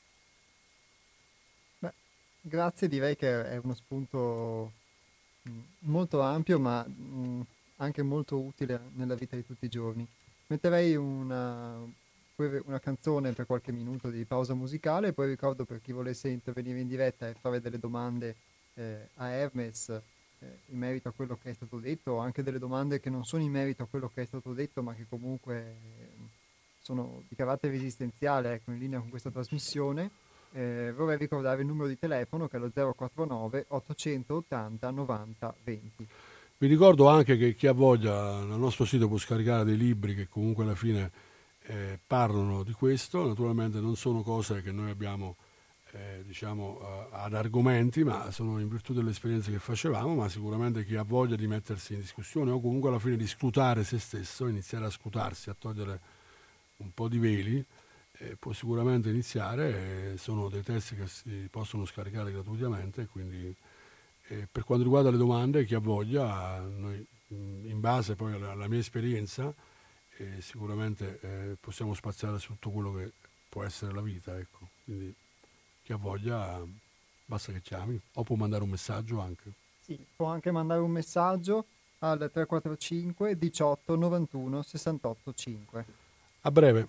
Beh, grazie, direi che è uno spunto molto ampio ma mh, anche molto utile nella vita di tutti i giorni. Metterei una, una canzone per qualche minuto di pausa musicale e poi ricordo per chi volesse intervenire in diretta e fare delle domande eh, a Hermes eh, in merito a quello che è stato detto, o anche delle domande che non sono in merito a quello che è stato detto ma che comunque eh, sono di carattere esistenziale, ecco, in linea con questa trasmissione, eh, vorrei ricordare il numero di telefono che è lo zero quattro nove ottocentottanta novanta venti. Vi ricordo anche che chi ha voglia nel nostro sito può scaricare dei libri che comunque alla fine eh, parlano di questo. Naturalmente non sono cose che noi abbiamo eh, diciamo uh, ad argomenti, ma sono in virtù delle esperienze che facevamo, ma sicuramente chi ha voglia di mettersi in discussione o comunque alla fine di scrutare se stesso, iniziare a scrutarsi, a togliere un po' di veli, eh, può sicuramente iniziare. Eh, sono dei testi che si possono scaricare gratuitamente, quindi Eh, per quanto riguarda le domande, chi ha voglia, noi in base poi alla, alla mia esperienza eh, sicuramente eh, possiamo spaziare su tutto quello che può essere la vita, ecco. Quindi chi ha voglia basta che chiami o può mandare un messaggio anche. Sì, può anche mandare un messaggio al tre quattro cinque diciotto novantuno sessantotto cinque. A breve.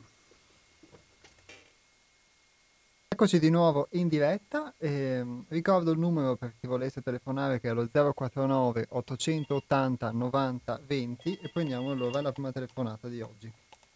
Eccoci di nuovo in diretta, ehm, ricordo il numero per chi volesse telefonare che è lo zero quattro nove ottocentottanta novanta venti e prendiamo allora la prima telefonata di oggi.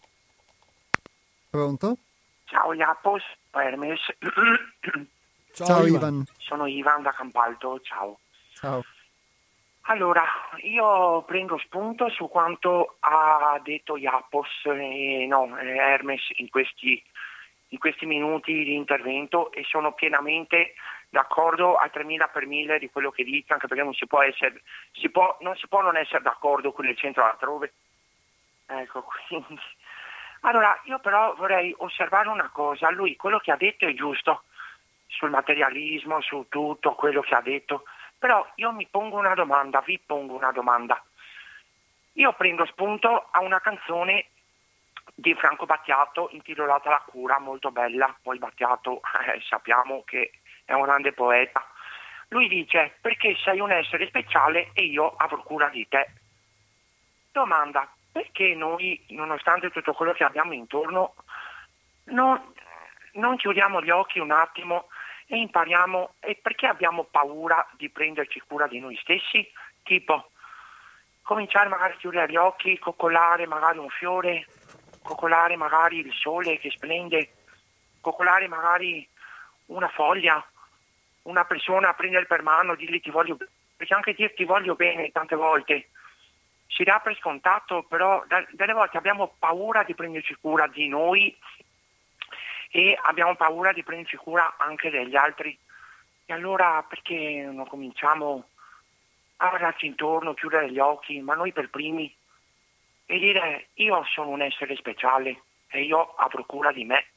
Pronto? Ciao Iapos, Hermes. Ciao, Ciao Ivan. Ivan. Sono Ivan da Campalto, ciao. Ciao. Allora, io prendo spunto su quanto ha detto Iapos, eh, no, Hermes in questi in questi minuti di intervento e sono pienamente d'accordo al tremila per mille di quello che dice, anche perché non si può essere, si può, non si può non essere d'accordo con il centro altrove. Ecco, quindi. Allora, io però vorrei osservare una cosa, lui quello che ha detto è giusto, sul materialismo, su tutto quello che ha detto, però io mi pongo una domanda, vi pongo una domanda. Io prendo spunto a una canzone di Franco Battiato intitolata La cura, molto bella. Poi Battiato eh, sappiamo che è un grande poeta. Lui dice: perché sei un essere speciale e io avrò cura di te. Domanda: perché noi, nonostante tutto quello che abbiamo intorno, non, non chiudiamo gli occhi un attimo e impariamo? E perché abbiamo paura di prenderci cura di noi stessi? Tipo cominciare magari a chiudere gli occhi, coccolare magari un fiore, coccolare magari il sole che splende, coccolare magari una foglia, una persona, prendere per mano, dirgli ti voglio bene, perché anche dire ti voglio bene tante volte si dà per scontato, però da, delle volte abbiamo paura di prenderci cura di noi e abbiamo paura di prenderci cura anche degli altri. E allora perché non cominciamo a guardarci intorno, chiudere gli occhi, ma noi per primi, e dire: io sono un essere speciale e io avrò cura di me.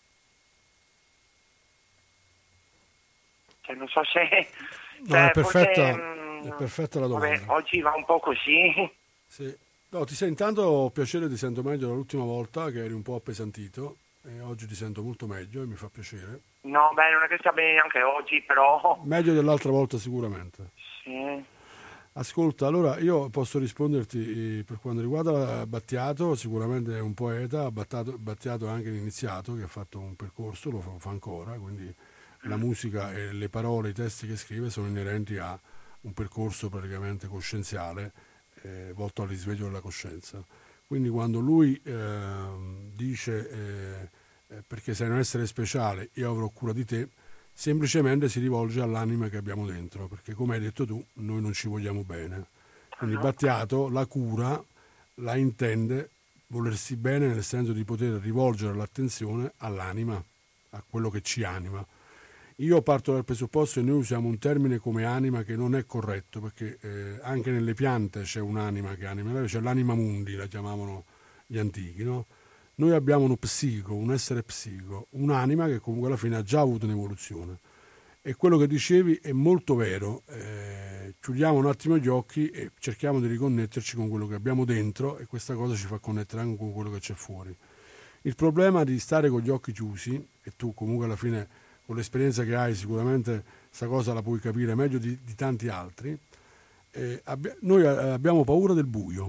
Cioè, non so se... No, cioè, è, perfetta, forse, è perfetta la domanda. Vabbè, oggi va un po' così. Sì. No, ti sei, intanto ho piacere, ti sento meglio dall'ultima volta che eri un po' appesantito e oggi ti sento molto meglio e mi fa piacere. No, beh, non è che sta bene anche oggi, però... Meglio dell'altra volta sicuramente. Sì. Ascolta, allora io posso risponderti per quanto riguarda Battiato, sicuramente è un poeta, Battiato, Battiato è anche l'iniziato che ha fatto un percorso, lo fa, fa ancora, quindi la musica e le parole, i testi che scrive sono inerenti a un percorso praticamente coscienziale eh, volto al risveglio della coscienza. Quindi quando lui eh, dice eh, perché sei un essere speciale, io avrò cura di te, semplicemente si rivolge all'anima che abbiamo dentro, perché come hai detto tu, noi non ci vogliamo bene. Quindi Battiato la cura la intende volersi bene nel senso di poter rivolgere l'attenzione all'anima, a quello che ci anima. Io parto dal presupposto che noi usiamo un termine come anima che non è corretto, perché eh, anche nelle piante c'è un'anima che anima, c'è l'anima mundi, la chiamavano gli antichi, no? Noi abbiamo uno psico, un essere psico, un'anima che comunque alla fine ha già avuto un'evoluzione. E quello che dicevi è molto vero. Eh, chiudiamo un attimo gli occhi e cerchiamo di riconnetterci con quello che abbiamo dentro e questa cosa ci fa connettere anche con quello che c'è fuori. Il problema di stare con gli occhi chiusi, e tu comunque alla fine con l'esperienza che hai sicuramente questa cosa la puoi capire meglio di, di tanti altri, eh, abbi- noi abbiamo paura del buio.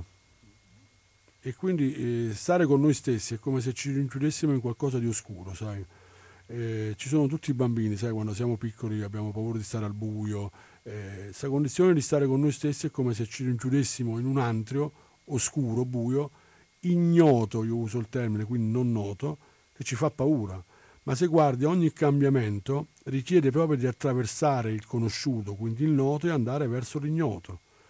E quindi eh, stare con noi stessi è come se ci rinchiudessimo in qualcosa di oscuro, sai? Eh, ci sono tutti i bambini, sai, quando siamo piccoli abbiamo paura di stare al buio. Questa eh, condizione di stare con noi stessi è come se ci rinchiudessimo in un antrio oscuro, buio, ignoto, io uso il termine, quindi non noto, che ci fa paura. Ma se guardi, ogni cambiamento richiede proprio di attraversare il conosciuto, quindi il noto, e andare verso l'ignoto.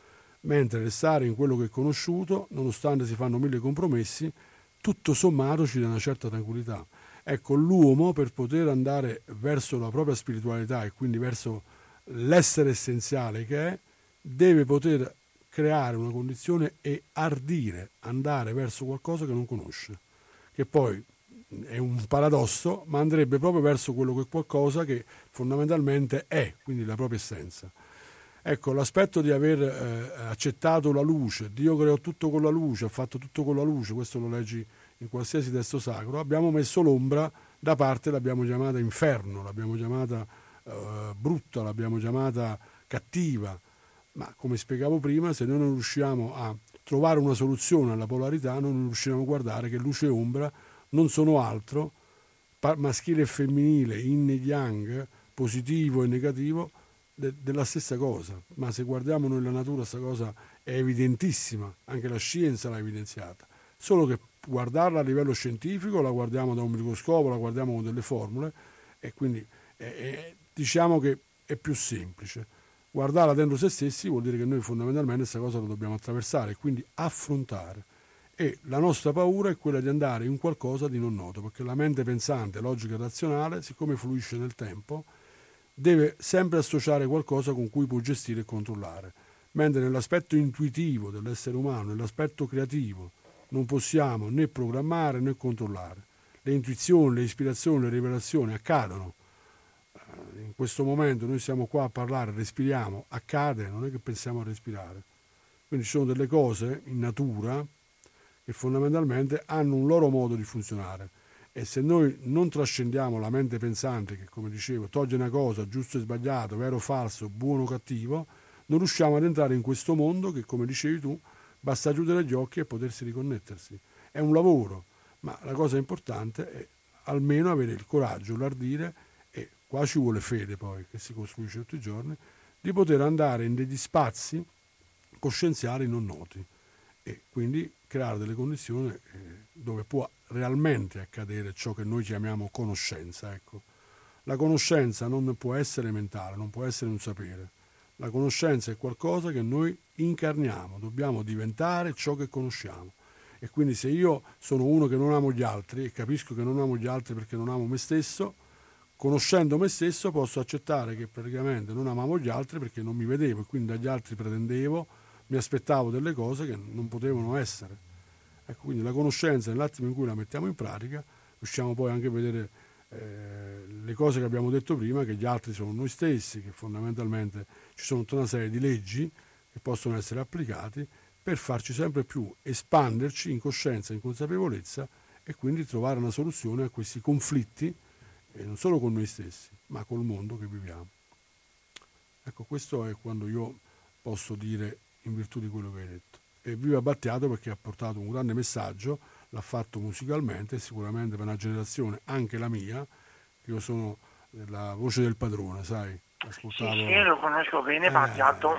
mentre restare in quello che è conosciuto, nonostante si fanno mille compromessi, tutto sommato ci dà una certa tranquillità. Ecco, l'uomo per poter andare verso la propria spiritualità e quindi verso l'essere essenziale che è, deve poter creare una condizione e ardire, andare verso qualcosa che non conosce, che poi è un paradosso, ma andrebbe proprio verso quello che è qualcosa che fondamentalmente è, quindi la propria essenza. Ecco, l'aspetto di aver eh, accettato la luce, Dio creò tutto con la luce, ha fatto tutto con la luce, questo lo leggi in qualsiasi testo sacro, abbiamo messo l'ombra da parte, l'abbiamo chiamata inferno, l'abbiamo chiamata eh, brutta, l'abbiamo chiamata cattiva, ma come spiegavo prima, se noi non riusciamo a trovare una soluzione alla polarità, non riusciamo a guardare che luce e ombra non sono altro, maschile e femminile, yin e yang, positivo e negativo, de- della stessa cosa. Ma se guardiamo noi la natura, questa cosa è evidentissima, anche la scienza l'ha evidenziata, solo che guardarla a livello scientifico la guardiamo da un microscopio, la guardiamo con delle formule e quindi è, è, diciamo che è più semplice. Guardarla dentro se stessi vuol dire che noi fondamentalmente questa cosa la dobbiamo attraversare e quindi affrontare. E la nostra paura è quella di andare in qualcosa di non noto, perché la mente pensante, logica e razionale, siccome fluisce nel tempo, deve sempre associare qualcosa con cui può gestire e controllare, mentre nell'aspetto intuitivo dell'essere umano, nell'aspetto creativo, non possiamo né programmare né controllare. Le intuizioni, le ispirazioni, le rivelazioni accadono. In questo momento noi siamo qua a parlare, respiriamo, accade, non è che pensiamo a respirare. Quindi ci sono delle cose in natura che fondamentalmente hanno un loro modo di funzionare e se noi non trascendiamo la mente pensante che, come dicevo, toglie una cosa, giusto e sbagliato, vero o falso, buono o cattivo, non riusciamo ad entrare in questo mondo che, come dicevi tu, basta chiudere gli occhi e potersi riconnettersi. È un lavoro, ma la cosa importante è almeno avere il coraggio, l'ardire, e qua ci vuole fede poi, che si costruisce tutti i giorni, di poter andare in degli spazi coscienziali non noti e quindi creare delle condizioni eh, dove può realmente accadere ciò che noi chiamiamo conoscenza. Ecco. La conoscenza non può essere mentale, non può essere un sapere. La conoscenza è qualcosa che noi incarniamo, dobbiamo diventare ciò che conosciamo. E quindi se io sono uno che non amo gli altri e capisco che non amo gli altri perché non amo me stesso, conoscendo me stesso posso accettare che praticamente non amavo gli altri perché non mi vedevo e quindi dagli altri pretendevo, mi aspettavo delle cose che non potevano essere. Ecco, quindi la conoscenza nell'attimo in cui la mettiamo in pratica riusciamo poi anche a vedere eh, le cose che abbiamo detto prima, che gli altri sono noi stessi, che fondamentalmente ci sono tutta una serie di leggi che possono essere applicati per farci sempre più espanderci in coscienza, in consapevolezza e quindi trovare una soluzione a questi conflitti e non solo con noi stessi ma col mondo che viviamo. Ecco, questo è quando io posso dire in virtù di quello che hai detto. E viva Battiato perché ha portato un grande messaggio, l'ha fatto musicalmente, sicuramente per una generazione, anche la mia, io sono la voce del padrone, sai? Ascoltavo, sì, sì, lo conosco bene, Battiato.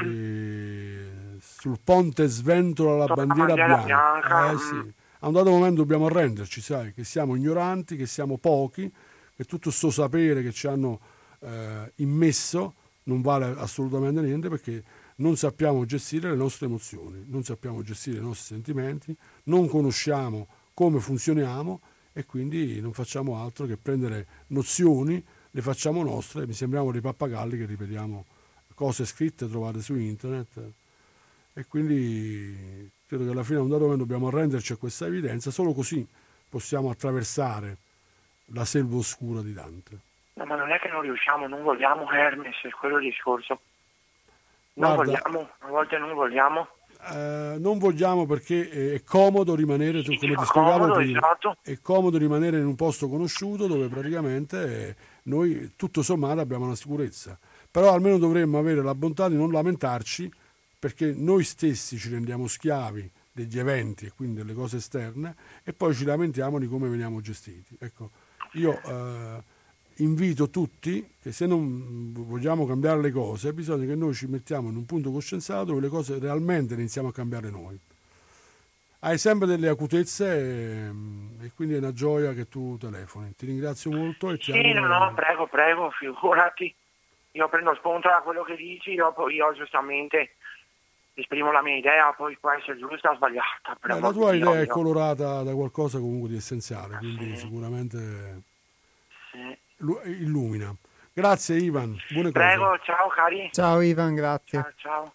Eh, sul ponte sventola la Sulla bandiera, bandiera bianca. bianca. Eh, sì. A un dato momento dobbiamo arrenderci, sai? Che siamo ignoranti, che siamo pochi, che tutto sto sapere che ci hanno eh, immesso non vale assolutamente niente perché non sappiamo gestire le nostre emozioni, non sappiamo gestire i nostri sentimenti, non conosciamo come funzioniamo e quindi non facciamo altro che prendere nozioni, le facciamo nostre, mi sembriamo dei pappagalli che ripetiamo cose scritte trovate su internet e quindi credo che alla fine a un dato momento dobbiamo arrenderci a questa evidenza, solo così possiamo attraversare la selva oscura di Dante. No, ma non è che non riusciamo, non vogliamo Hermes, è quello il discorso. Non Guarda, vogliamo, a volte non vogliamo. Eh, non vogliamo perché è comodo rimanere, Sì, come fa ti spiegavo comodo, prima, esatto. è comodo rimanere in un posto conosciuto dove praticamente eh, noi tutto sommato abbiamo una sicurezza. Però almeno dovremmo avere la bontà di non lamentarci perché noi stessi ci rendiamo schiavi degli eventi e quindi delle cose esterne e poi ci lamentiamo di come veniamo gestiti. Ecco, io eh, invito tutti che se non vogliamo cambiare le cose bisogna che noi ci mettiamo in un punto coscienziato dove le cose realmente iniziamo a cambiare noi. Hai sempre delle acutezze e, e quindi è una gioia che tu telefoni. Ti ringrazio molto e ti Sì, no, no, prego, prego, figurati. Io prendo spunto da quello che dici, io, io giustamente esprimo la mia idea, poi può essere giusta o sbagliata. Per Beh, la amor di tua Dio, idea è io- colorata da qualcosa comunque di essenziale, quindi Sì, sicuramente sì. lu- illumina. Grazie Ivan, buone cose. Prego, ciao cari. Ciao Ivan, grazie. Ciao, ciao.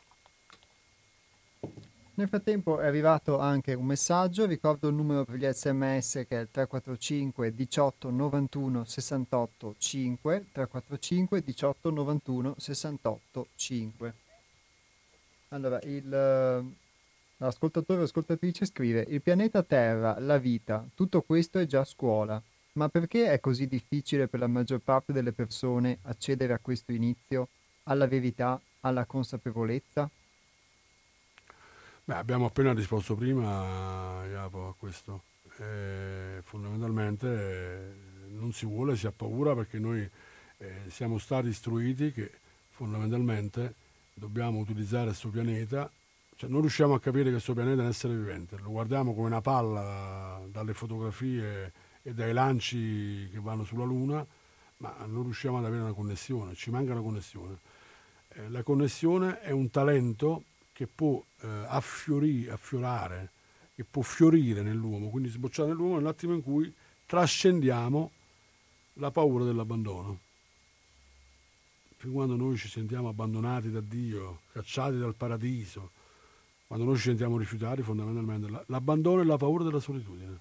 Nel frattempo è arrivato anche un messaggio, ricordo il numero per gli sms che è il tre quattro cinque diciotto novantuno sessantotto cinque, tre quattro cinque diciotto novantuno sessantotto cinque. Allora, il, eh, l'ascoltatore o ascoltatrice scrive: il pianeta Terra, la vita, tutto questo è già scuola. Ma perché è così difficile per la maggior parte delle persone accedere a questo inizio, alla verità, alla consapevolezza? Beh, abbiamo appena risposto prima, Jacopo, a questo. Eh, fondamentalmente eh, non si vuole, si ha paura perché noi eh, siamo stati istruiti che fondamentalmente dobbiamo utilizzare questo pianeta, cioè non riusciamo a capire che questo pianeta è un essere vivente, lo guardiamo come una palla dalle fotografie e dai lanci che vanno sulla Luna, ma non riusciamo ad avere una connessione, ci manca una connessione. Eh, la connessione è un talento che può eh, affiorire, affiorare, che può fiorire nell'uomo, quindi sbocciare nell'uomo nell'attimo in cui trascendiamo la paura dell'abbandono. Fin quando noi ci sentiamo abbandonati da Dio, cacciati dal paradiso, quando noi ci sentiamo rifiutati, fondamentalmente l'abbandono è la paura della solitudine.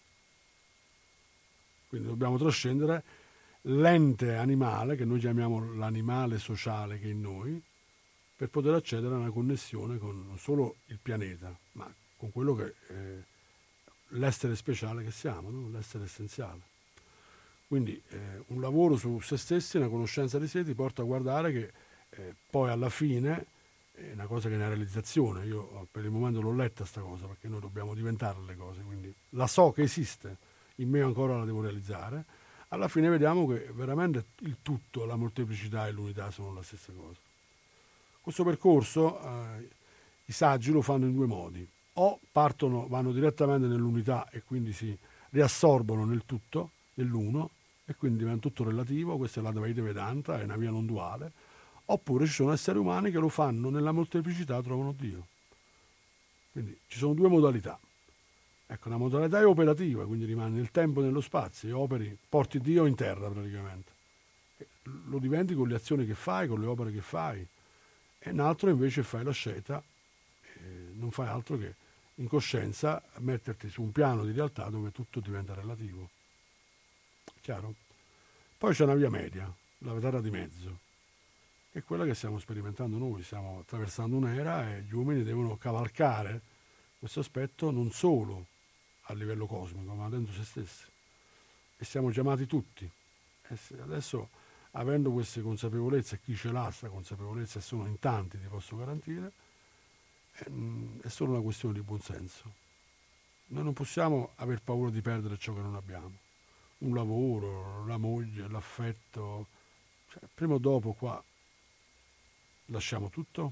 Quindi dobbiamo trascendere l'ente animale, che noi chiamiamo l'animale sociale che è in noi, per poter accedere a una connessione con non solo il pianeta, ma con quello che è l'essere speciale che siamo, no? L'essere essenziale. Quindi eh, un lavoro su se stessi, una conoscenza di sé ti porta a guardare che eh, poi alla fine è una cosa che è una realizzazione. Io per il momento l'ho letta sta cosa, perché noi dobbiamo diventare le cose, quindi la so che esiste, in me ancora la devo realizzare. Alla fine vediamo che veramente il tutto, la molteplicità e l'unità sono la stessa cosa. Questo percorso eh, i saggi lo fanno in due modi: o partono, vanno direttamente nell'unità e quindi si riassorbono nel tutto, nell'uno, e quindi diventa tutto relativo, questa è la Advaita Vedanta, è una via non duale, oppure ci sono esseri umani che lo fanno nella molteplicità, trovano Dio. Quindi ci sono due modalità. Ecco, una modalità è operativa, quindi rimani nel tempo e nello spazio e operi, porti Dio in terra praticamente. Lo diventi con le azioni che fai, con le opere che fai. E un altro invece fai la scelta, eh, non fai altro che in coscienza metterti su un piano di realtà dove tutto diventa relativo. Chiaro? Poi c'è una via media, la terra di mezzo, che è quella che stiamo sperimentando noi, stiamo attraversando un'era e gli uomini devono cavalcare questo aspetto non solo a livello cosmico, ma dentro se stessi. E siamo chiamati tutti. E adesso, avendo queste consapevolezze, chi ce l'ha questa consapevolezza, e sono in tanti, ti posso garantire, è, è solo una questione di buonsenso. Noi non possiamo aver paura di perdere ciò che non abbiamo. Un lavoro, la moglie, l'affetto. Cioè, prima o dopo qua lasciamo tutto.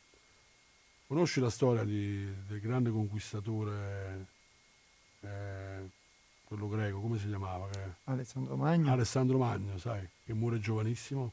Conosci la storia di, del grande conquistatore, eh, quello greco, come si chiamava? Che... Alessandro Magno. Alessandro Magno, sai, che muore giovanissimo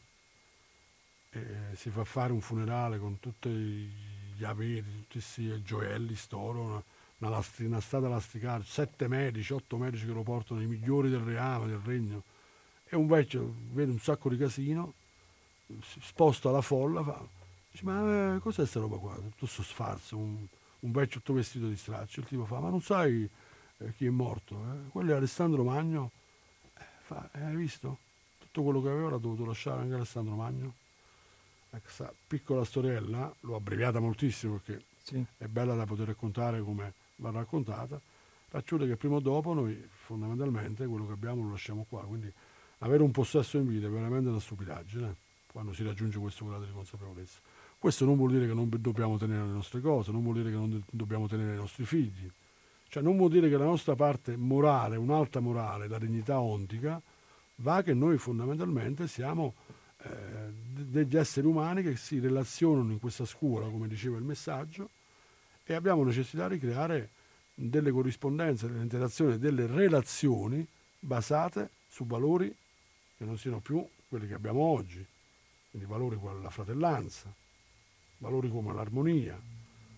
e si fa fare un funerale con tutti gli averi, tutti questi gioielli, storo, una, una, lastri, una strada lasticata, sette medici, otto medici che lo portano, i migliori del reame, del regno. E un vecchio vede un sacco di casino, si sposta la folla, fa, dice, ma eh, cos'è questa roba qua? Tutto sto sfarzo, un, un vecchio tutto vestito di straccio. Il tipo fa, ma non sai eh, chi è morto? Eh? Quello è Alessandro Magno. Fa, eh, hai visto? Tutto quello che aveva l'ha dovuto lasciare anche Alessandro Magno. Questa piccola storiella, l'ho abbreviata moltissimo perché Sì. è bella da poter raccontare come va raccontata, racchiude che prima o dopo noi fondamentalmente quello che abbiamo lo lasciamo qua, quindi avere un possesso in vita è veramente una stupidaggine quando si raggiunge questo grado di consapevolezza. Questo non vuol dire che non dobbiamo tenere le nostre cose, non vuol dire che non dobbiamo tenere i nostri figli, cioè non vuol dire che la nostra parte morale, un'alta morale, la dignità ontica, va che noi fondamentalmente siamo eh, degli esseri umani che si relazionano in questa scuola, come diceva il messaggio, e abbiamo necessità di creare delle corrispondenze, delle interazioni, delle relazioni basate su valori che non siano più quelli che abbiamo oggi, quindi valori come la fratellanza, valori come l'armonia,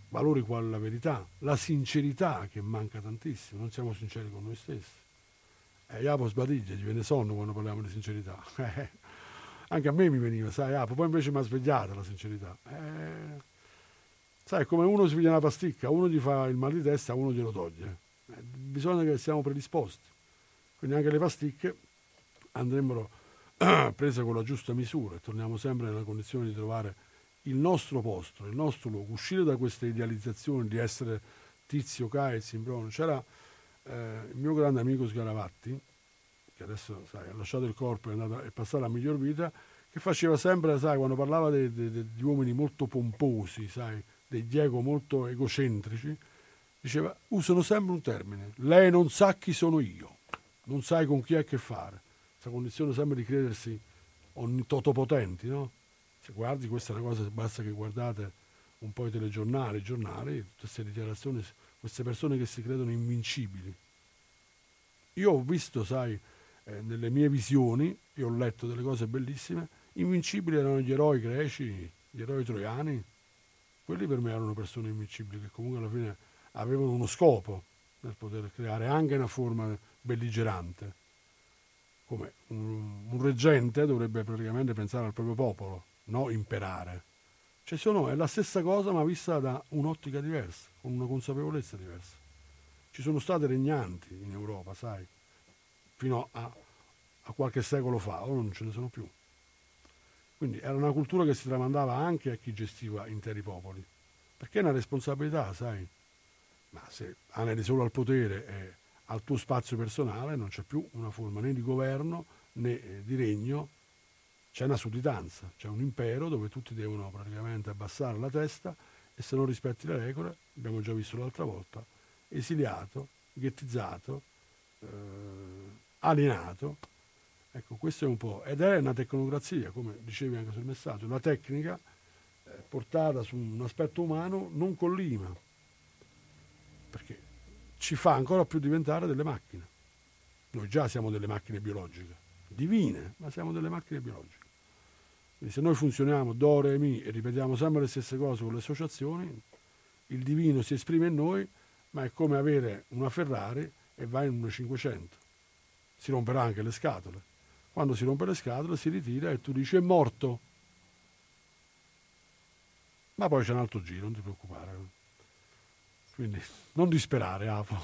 valori quali la verità, la sincerità che manca tantissimo, non siamo sinceri con noi stessi. Eh, Japo sbadiglia, gli viene sonno quando parliamo di sincerità. Eh, anche a me mi veniva, sai, Japo, poi invece mi ha svegliata la sincerità. Eh, sai, come uno si piglia una pasticca, uno gli fa il mal di testa, uno glielo toglie. Eh, bisogna che siamo predisposti. Quindi anche le pasticche andrebbero prese con la giusta misura e torniamo sempre nella condizione di trovare il nostro posto, il nostro luogo, uscire da queste idealizzazioni di essere Tizio, Caio, Zimbrono. C'era eh, il mio grande amico Sgaravatti, che adesso sai, ha lasciato il corpo e è andato a passare la miglior vita, che faceva sempre, sai, quando parlava degli de, de, de uomini molto pomposi, sai, degli ego molto egocentrici, diceva, usano sempre un termine, lei non sa chi sono io, non sai con chi hai a che fare. Questa condizione sempre di credersi totopotenti, no? Se guardi, questa è una cosa, basta che guardate un po' i telegiornali, i giornali, tutte queste dichiarazioni, queste persone che si credono invincibili. Io ho visto, sai, eh, nelle mie visioni, e ho letto delle cose bellissime, invincibili erano gli eroi greci, gli eroi troiani, quelli per me erano persone invincibili che comunque alla fine avevano uno scopo per poter creare anche una forma belligerante. Come un, un reggente dovrebbe praticamente pensare al proprio popolo, no imperare. Cioè sono, è la stessa cosa ma vista da un'ottica diversa, con una consapevolezza diversa. Ci sono state regnanti in Europa, sai, fino a, a qualche secolo fa, ora non ce ne sono più. Quindi era una cultura che si tramandava anche a chi gestiva interi popoli, perché è una responsabilità, sai. Ma se aneli solo al potere e al tuo spazio personale non c'è più una forma né di governo né di regno, c'è una sudditanza, c'è un impero dove tutti devono praticamente abbassare la testa e se non rispetti le regole, abbiamo già visto l'altra volta, esiliato, ghettizzato, eh, alienato. Ecco, questo è un po', ed è una tecnocrazia, come dicevi anche sul messaggio, la tecnica eh, portata su un aspetto umano non collima, perché ci fa ancora più diventare delle macchine. Noi già siamo delle macchine biologiche, divine, ma siamo delle macchine biologiche. Quindi se noi funzioniamo do, re, mi e ripetiamo sempre le stesse cose con le associazioni, il divino si esprime in noi, ma è come avere una Ferrari e vai in una cinquecento. Si romperà anche le scatole. Quando si rompe le scatole si ritira e tu dici è morto. Ma poi c'è un altro giro, non ti preoccupare. Quindi non disperare, Apo.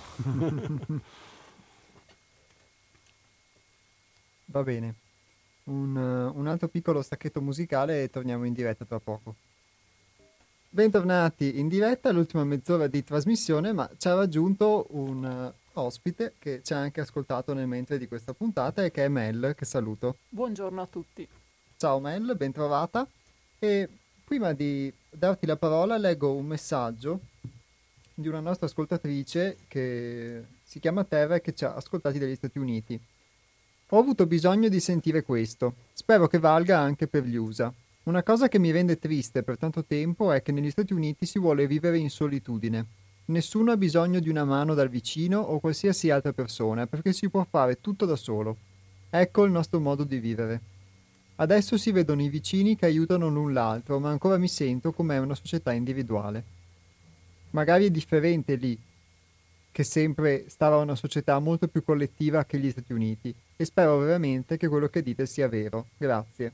Va bene. Un, uh, un altro piccolo stacchetto musicale e torniamo in diretta tra poco. Bentornati in diretta, l'ultima mezz'ora di trasmissione, ma ci ha raggiunto un uh, ospite che ci ha anche ascoltato nel mentre di questa puntata e che è Mel, che saluto. Buongiorno a tutti. Ciao Mel, ben trovata. E prima di darti la parola leggo un messaggio di una nostra ascoltatrice che si chiama Terra e che ci ha ascoltati dagli Stati Uniti. Ho avuto bisogno di sentire questo. Spero che valga anche per gli U S A. Una cosa che mi rende triste per tanto tempo è che negli Stati Uniti si vuole vivere in solitudine. Nessuno ha bisogno di una mano dal vicino o qualsiasi altra persona perché si può fare tutto da solo. Ecco il nostro modo di vivere. Adesso si vedono i vicini che aiutano l'un l'altro, ma ancora mi sento come una società individuale. Magari è differente lì, che sempre stava una società molto più collettiva che gli Stati Uniti, e spero veramente che quello che dite sia vero. Grazie.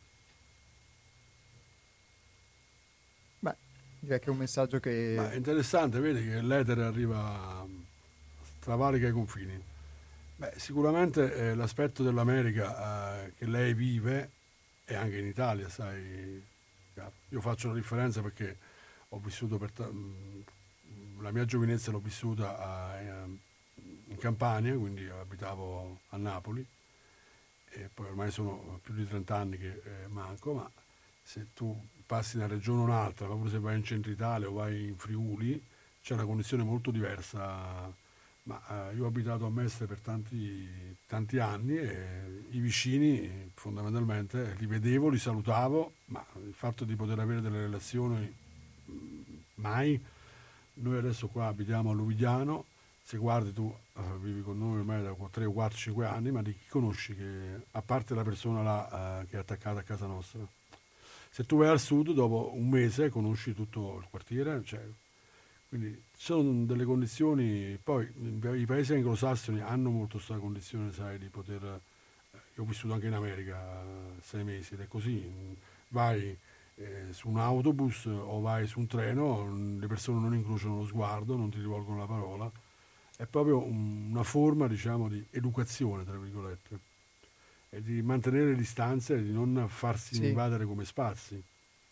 Beh, direi che è un messaggio che... Ma è interessante, vedi che l'etere arriva, travalica i confini. Beh, sicuramente eh, l'aspetto dell'America eh, che lei vive, e anche in Italia, sai, io faccio una differenza perché ho vissuto per ta- la mia giovinezza l'ho vissuta a, in Campania, quindi abitavo a Napoli e poi ormai sono più di trenta anni che eh, manco, ma se tu passi da una regione a un'altra, ma pure se vai in centro Italia o vai in Friuli, c'è una condizione molto diversa. Ma eh, io ho abitato a Mestre per tanti, tanti anni e i vicini fondamentalmente li vedevo, li salutavo, ma il fatto di poter avere delle relazioni mai. Noi adesso qua abitiamo a Luvigliano, se guardi tu uh, vivi con noi ormai da tre o quattro cinque anni, ma di chi conosci che, a parte la persona là uh, che è attaccata a casa nostra? Se tu vai al sud, dopo un mese conosci tutto il quartiere, cioè, Quindi ci sono delle condizioni, poi i paesi anglosassoni hanno molto questa condizione, sai, di poter... Io ho vissuto anche in America sei mesi ed è così, vai eh, su un autobus o vai su un treno, le persone non incrociano lo sguardo, non ti rivolgono la parola, è proprio un, una forma, diciamo, di educazione, tra virgolette, e di mantenere le distanze e di non farsi Sì. invadere come spazi.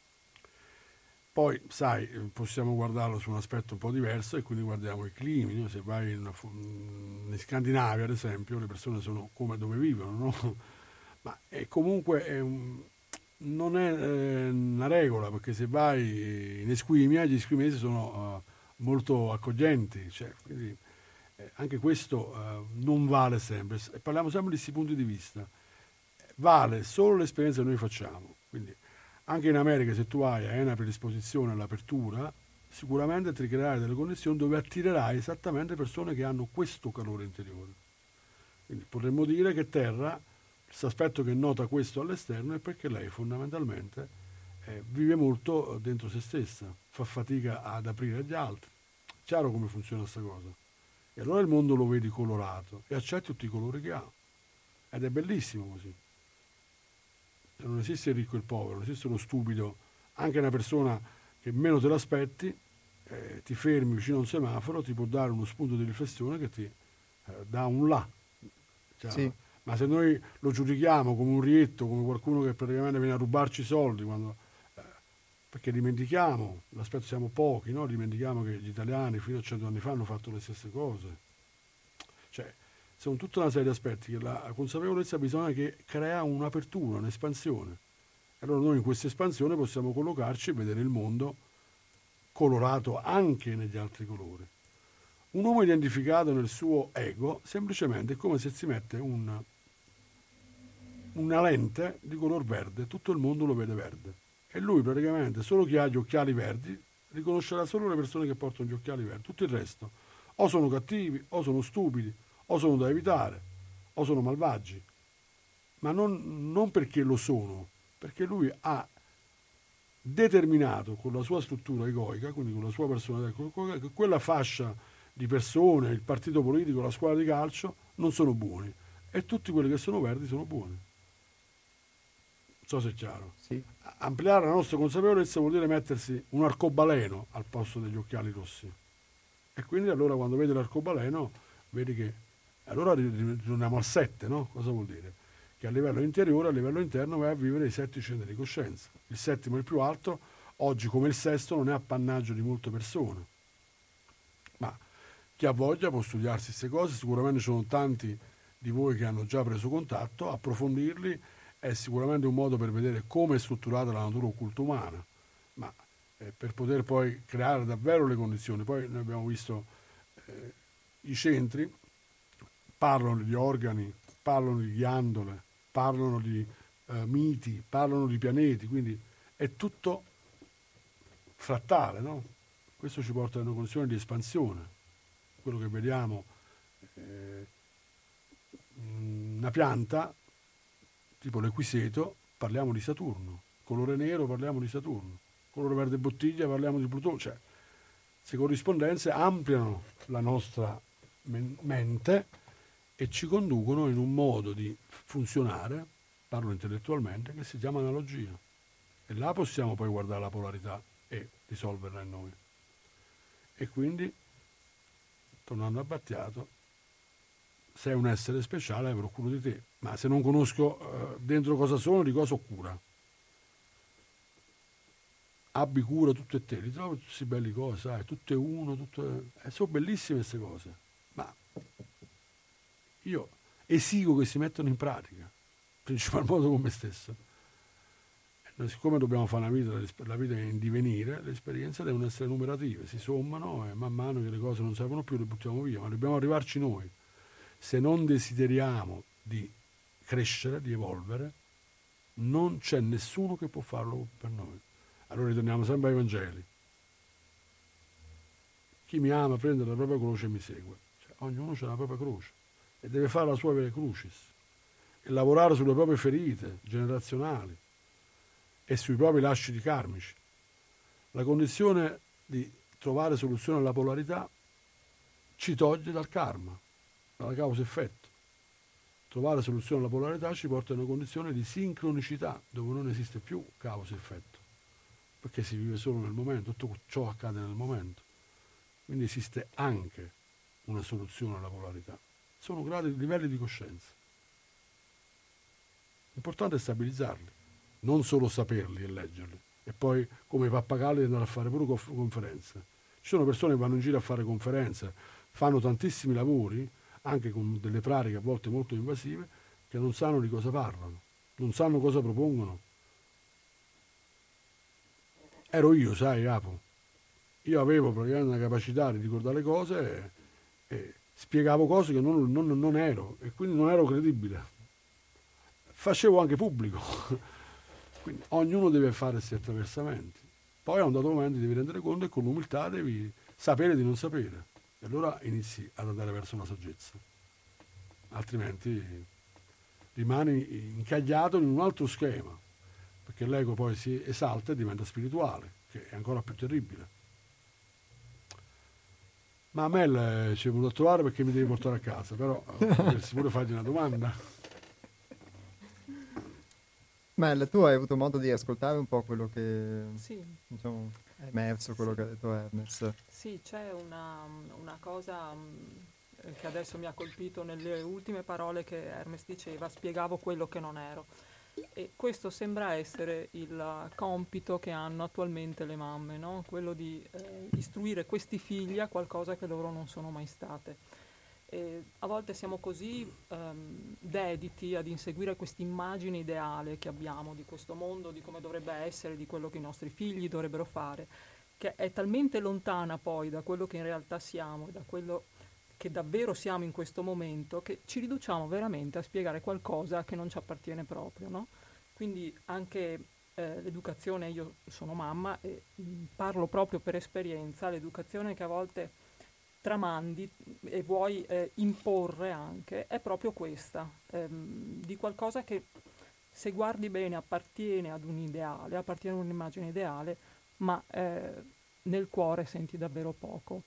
Poi, sai, possiamo guardarlo su un aspetto un po' diverso e quindi guardiamo i climi, no? Se vai in, una, in Scandinavia, ad esempio, le persone sono come dove vivono, no? Ma è comunque è un, non è eh, una regola, perché se vai in Esquimia, gli esquimesi sono uh, molto accoglienti, cioè, quindi eh, anche questo uh, non vale sempre. E parliamo sempre di questi punti di vista. Vale solo l'esperienza che noi facciamo, quindi anche in America, se tu hai, hai una predisposizione all'apertura, sicuramente ti creerai delle condizioni dove attirerai esattamente persone che hanno questo calore interiore. Quindi potremmo dire che Terra, questo aspetto che nota questo all'esterno, è perché lei fondamentalmente eh, vive molto dentro se stessa, fa fatica ad aprire agli altri. Chiaro come funziona questa cosa. E allora il mondo lo vedi colorato e accetti tutti i colori che ha. Ed è bellissimo così. Non esiste il ricco e il povero, non esiste lo stupido, anche una persona che meno te l'aspetti, eh, ti fermi vicino a un semaforo, ti può dare uno spunto di riflessione che ti eh, dà un là. Cioè, Sì. Ma se noi lo giudichiamo come un rietto, come qualcuno che praticamente viene a rubarci i soldi, quando, eh, perché dimentichiamo, l'aspetto siamo pochi, no? Dimentichiamo che gli italiani fino a cento anni fa hanno fatto le stesse cose. Cioè, sono tutta una serie di aspetti che la consapevolezza bisogna che crea un'apertura, un'espansione. E allora noi in questa espansione possiamo collocarci e vedere il mondo colorato anche negli altri colori. Un uomo identificato nel suo ego semplicemente è come se si mette un, una lente di color verde, tutto il mondo lo vede verde. E lui praticamente, solo chi ha gli occhiali verdi, riconoscerà solo le persone che portano gli occhiali verdi. Tutto il resto o sono cattivi, o sono stupidi, o sono da evitare, o sono malvagi, ma non, non perché lo sono, perché lui ha determinato con la sua struttura egoica, quindi con la sua personalità, che quella fascia di persone, il partito politico, la squadra di calcio, non sono buoni, e tutti quelli che sono verdi sono buoni. Non so se è chiaro. Sì. Ampliare la nostra consapevolezza vuol dire mettersi un arcobaleno al posto degli occhiali rossi. E quindi allora quando vedi l'arcobaleno, vedi che allora ritorniamo al sette, no? Cosa vuol dire? Che a livello interiore, a livello interno vai a vivere i sette centri di coscienza. Il settimo è il più alto, oggi come il sesto non è appannaggio di molte persone. Ma chi ha voglia può studiarsi queste cose, sicuramente ci sono tanti di voi che hanno già preso contatto, approfondirli è sicuramente un modo per vedere come è strutturata la natura occulta umana, ma eh, per poter poi creare davvero le condizioni. Poi noi abbiamo visto eh, i centri, parlano di organi, parlano di ghiandole, parlano di eh, miti, parlano di pianeti, quindi è tutto frattale, no? Questo ci porta a una condizione di espansione. Quello che vediamo, eh, una pianta, tipo l'equiseto, parliamo di Saturno, colore nero parliamo di Saturno, colore verde bottiglia parliamo di Plutone, cioè queste corrispondenze ampliano la nostra men- mente e ci conducono in un modo di funzionare, parlo intellettualmente, che si chiama analogia. E là possiamo poi guardare la polarità e risolverla in noi. E quindi, tornando a Battiato, sei un essere speciale, avrò cura di te, ma se non conosco eh, dentro cosa sono, di cosa ho cura. Abbi cura tutto e te, li trovi tutti questi belli cose, sai, tutte uno, tutte... Eh, sono bellissime queste cose, ma io esigo che si mettano in pratica, in principal modo con me stesso. E noi, siccome dobbiamo fare una vita, la vita è in divenire, le esperienze devono essere numerative, si sommano e man mano che le cose non servono più le buttiamo via, ma dobbiamo arrivarci noi. Se non desideriamo di crescere, di evolvere, non c'è nessuno che può farlo per noi. Allora ritorniamo sempre ai Vangeli. Chi mi ama prende la propria croce e mi segue. Cioè, ognuno ha la propria croce e deve fare la sua vera crucis e lavorare sulle proprie ferite generazionali e sui propri lasciti karmici. La condizione di trovare soluzione alla polarità ci toglie dal karma, dalla causa-effetto. Trovare soluzione alla polarità ci porta in una condizione di sincronicità, dove non esiste più causa-effetto, perché si vive solo nel momento, tutto ciò accade nel momento. Quindi esiste anche una soluzione alla polarità. Sono gradi, livelli di coscienza. L'importante è stabilizzarli, non solo saperli e leggerli, e poi come i pappagalli andare a fare pure conf- conferenze. Ci sono persone che vanno in giro a fare conferenze, fanno tantissimi lavori, anche con delle pratiche a volte molto invasive, che non sanno di cosa parlano, non sanno cosa propongono. Ero io, sai, Apo. Io avevo praticamente una capacità di ricordare le cose e, e spiegavo cose che non, non, non ero, e quindi non ero credibile. Facevo anche pubblico. Quindi ognuno deve fare questi attraversamenti. Poi a un dato momento devi rendere conto e con l'umiltà devi sapere di non sapere. E allora inizi ad andare verso una saggezza. Altrimenti rimani incagliato in un altro schema, perché l'ego poi si esalta e diventa spirituale, che è ancora più terribile. Ma Mel ci è venuto a trovare perché mi devi portare a casa, però potresti pure fargli una domanda. Mel, tu hai avuto modo di ascoltare un po' quello che, Sì, diciamo, è emerso, quello sì, che ha detto Ernest. sì, c'è una, una cosa mh, che adesso mi ha colpito nelle ultime parole che Hermes diceva, spiegavo quello che non ero. E questo sembra essere il compito che hanno attualmente le mamme, no? Quello di eh, istruire questi figli a qualcosa che loro non sono mai state. E a volte siamo così ehm, dediti ad inseguire questa immagine ideale che abbiamo di questo mondo, di come dovrebbe essere, di quello che i nostri figli dovrebbero fare, che è talmente lontana poi da quello che in realtà siamo, da quello che davvero siamo in questo momento, che ci riduciamo veramente a spiegare qualcosa che non ci appartiene proprio, no? Quindi anche eh, l'educazione, io sono mamma e mh, parlo proprio per esperienza, l'educazione che a volte tramandi e vuoi eh, imporre anche è proprio questa, ehm, di qualcosa che se guardi bene appartiene ad un ideale, appartiene a un'immagine ideale, ma eh, nel cuore senti davvero poco.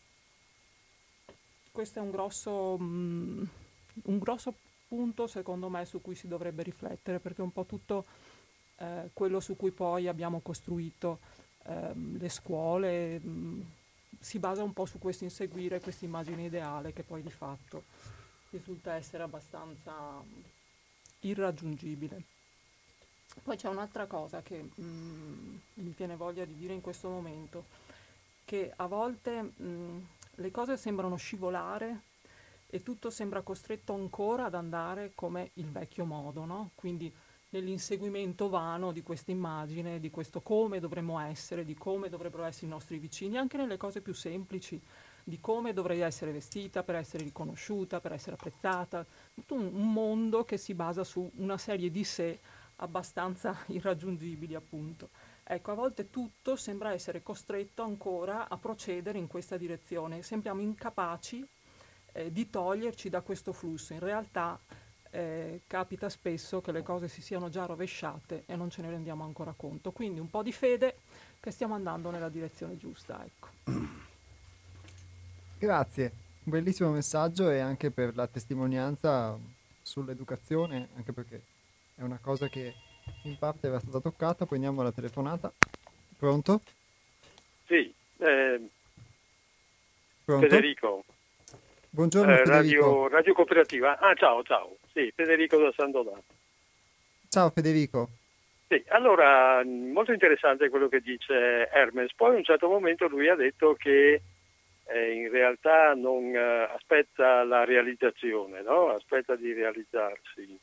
Questo è un grosso, mh, un grosso punto secondo me su cui si dovrebbe riflettere, perché è un po' tutto eh, quello su cui poi abbiamo costruito ehm, le scuole, mh, si basa un po' su questo inseguire questa immagine ideale che poi di fatto risulta essere abbastanza irraggiungibile. Poi c'è un'altra cosa che mh, mi viene voglia di dire in questo momento, che a volte mh, le cose sembrano scivolare e tutto sembra costretto ancora ad andare come il vecchio modo, no? Quindi nell'inseguimento vano di questa immagine, di questo come dovremmo essere, di come dovrebbero essere i nostri vicini, anche nelle cose più semplici, di come dovrei essere vestita per essere riconosciuta, per essere apprezzata, tutto un, un mondo che si basa su una serie di sé abbastanza irraggiungibili, appunto. Ecco, a volte tutto sembra essere costretto ancora a procedere in questa direzione, sembriamo incapaci eh, di toglierci da questo flusso. In realtà eh, capita spesso che le cose si siano già rovesciate e non ce ne rendiamo ancora conto. Quindi un po' di fede che stiamo andando nella direzione giusta, ecco. Grazie, un bellissimo messaggio e anche per la testimonianza sull'educazione, anche perché è una cosa che in parte era stata toccata. Prendiamo la telefonata. Pronto? Sì, eh, Pronto? Federico. Buongiorno Eh, Federico. Radio, Radio Cooperativa. Ah, ciao, ciao. Sì, Federico da San Donato. Ciao Federico. Sì, allora, molto interessante quello che dice Hermes. Poi a un certo momento lui ha detto che eh, in realtà non eh, aspetta la realizzazione, no? Aspetta di realizzarsi.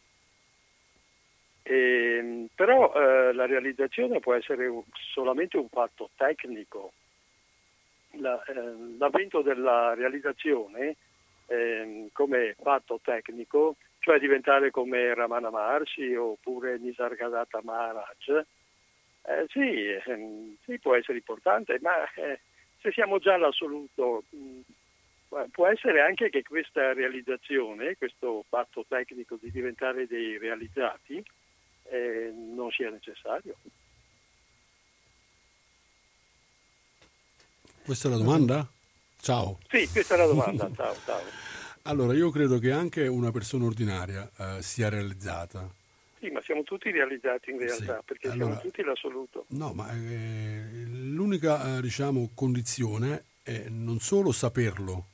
E, però eh, la realizzazione può essere un, solamente un fatto tecnico. La, eh, l'avvento della realizzazione eh, come fatto tecnico, cioè diventare come Ramana Maharshi oppure Nisargadatta Maharaj, eh, sì, eh, sì, può essere importante, ma eh, se siamo già all'assoluto, mh, può essere anche che questa realizzazione, questo fatto tecnico di diventare dei realizzati, eh, non sia necessario. Questa è la domanda? Ciao. Sì, questa è la domanda. Ciao, ciao. Allora, io credo che anche una persona ordinaria eh, sia realizzata. Sì, ma siamo tutti realizzati in realtà, Sì. perché Allora, siamo tutti l'assoluto. No, ma eh, l'unica eh, diciamo condizione è non solo saperlo,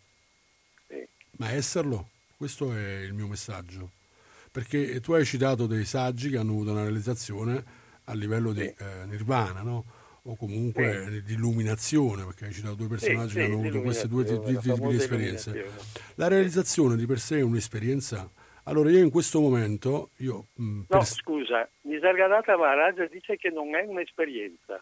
Sì. ma esserlo. Questo è il mio messaggio. Perché tu hai citato dei saggi che hanno avuto una realizzazione a livello di Sì. eh, nirvana, no? O comunque Sì. di illuminazione, perché hai citato due personaggi Sì, che sì, hanno avuto queste due l'illuminazione, tipi la tipi di famosa esperienze. illuminazione. La realizzazione di per sé è un'esperienza. Allora io in questo momento, io mh, No, per... scusa, Nisargadatta Maharaj dice che non è un'esperienza.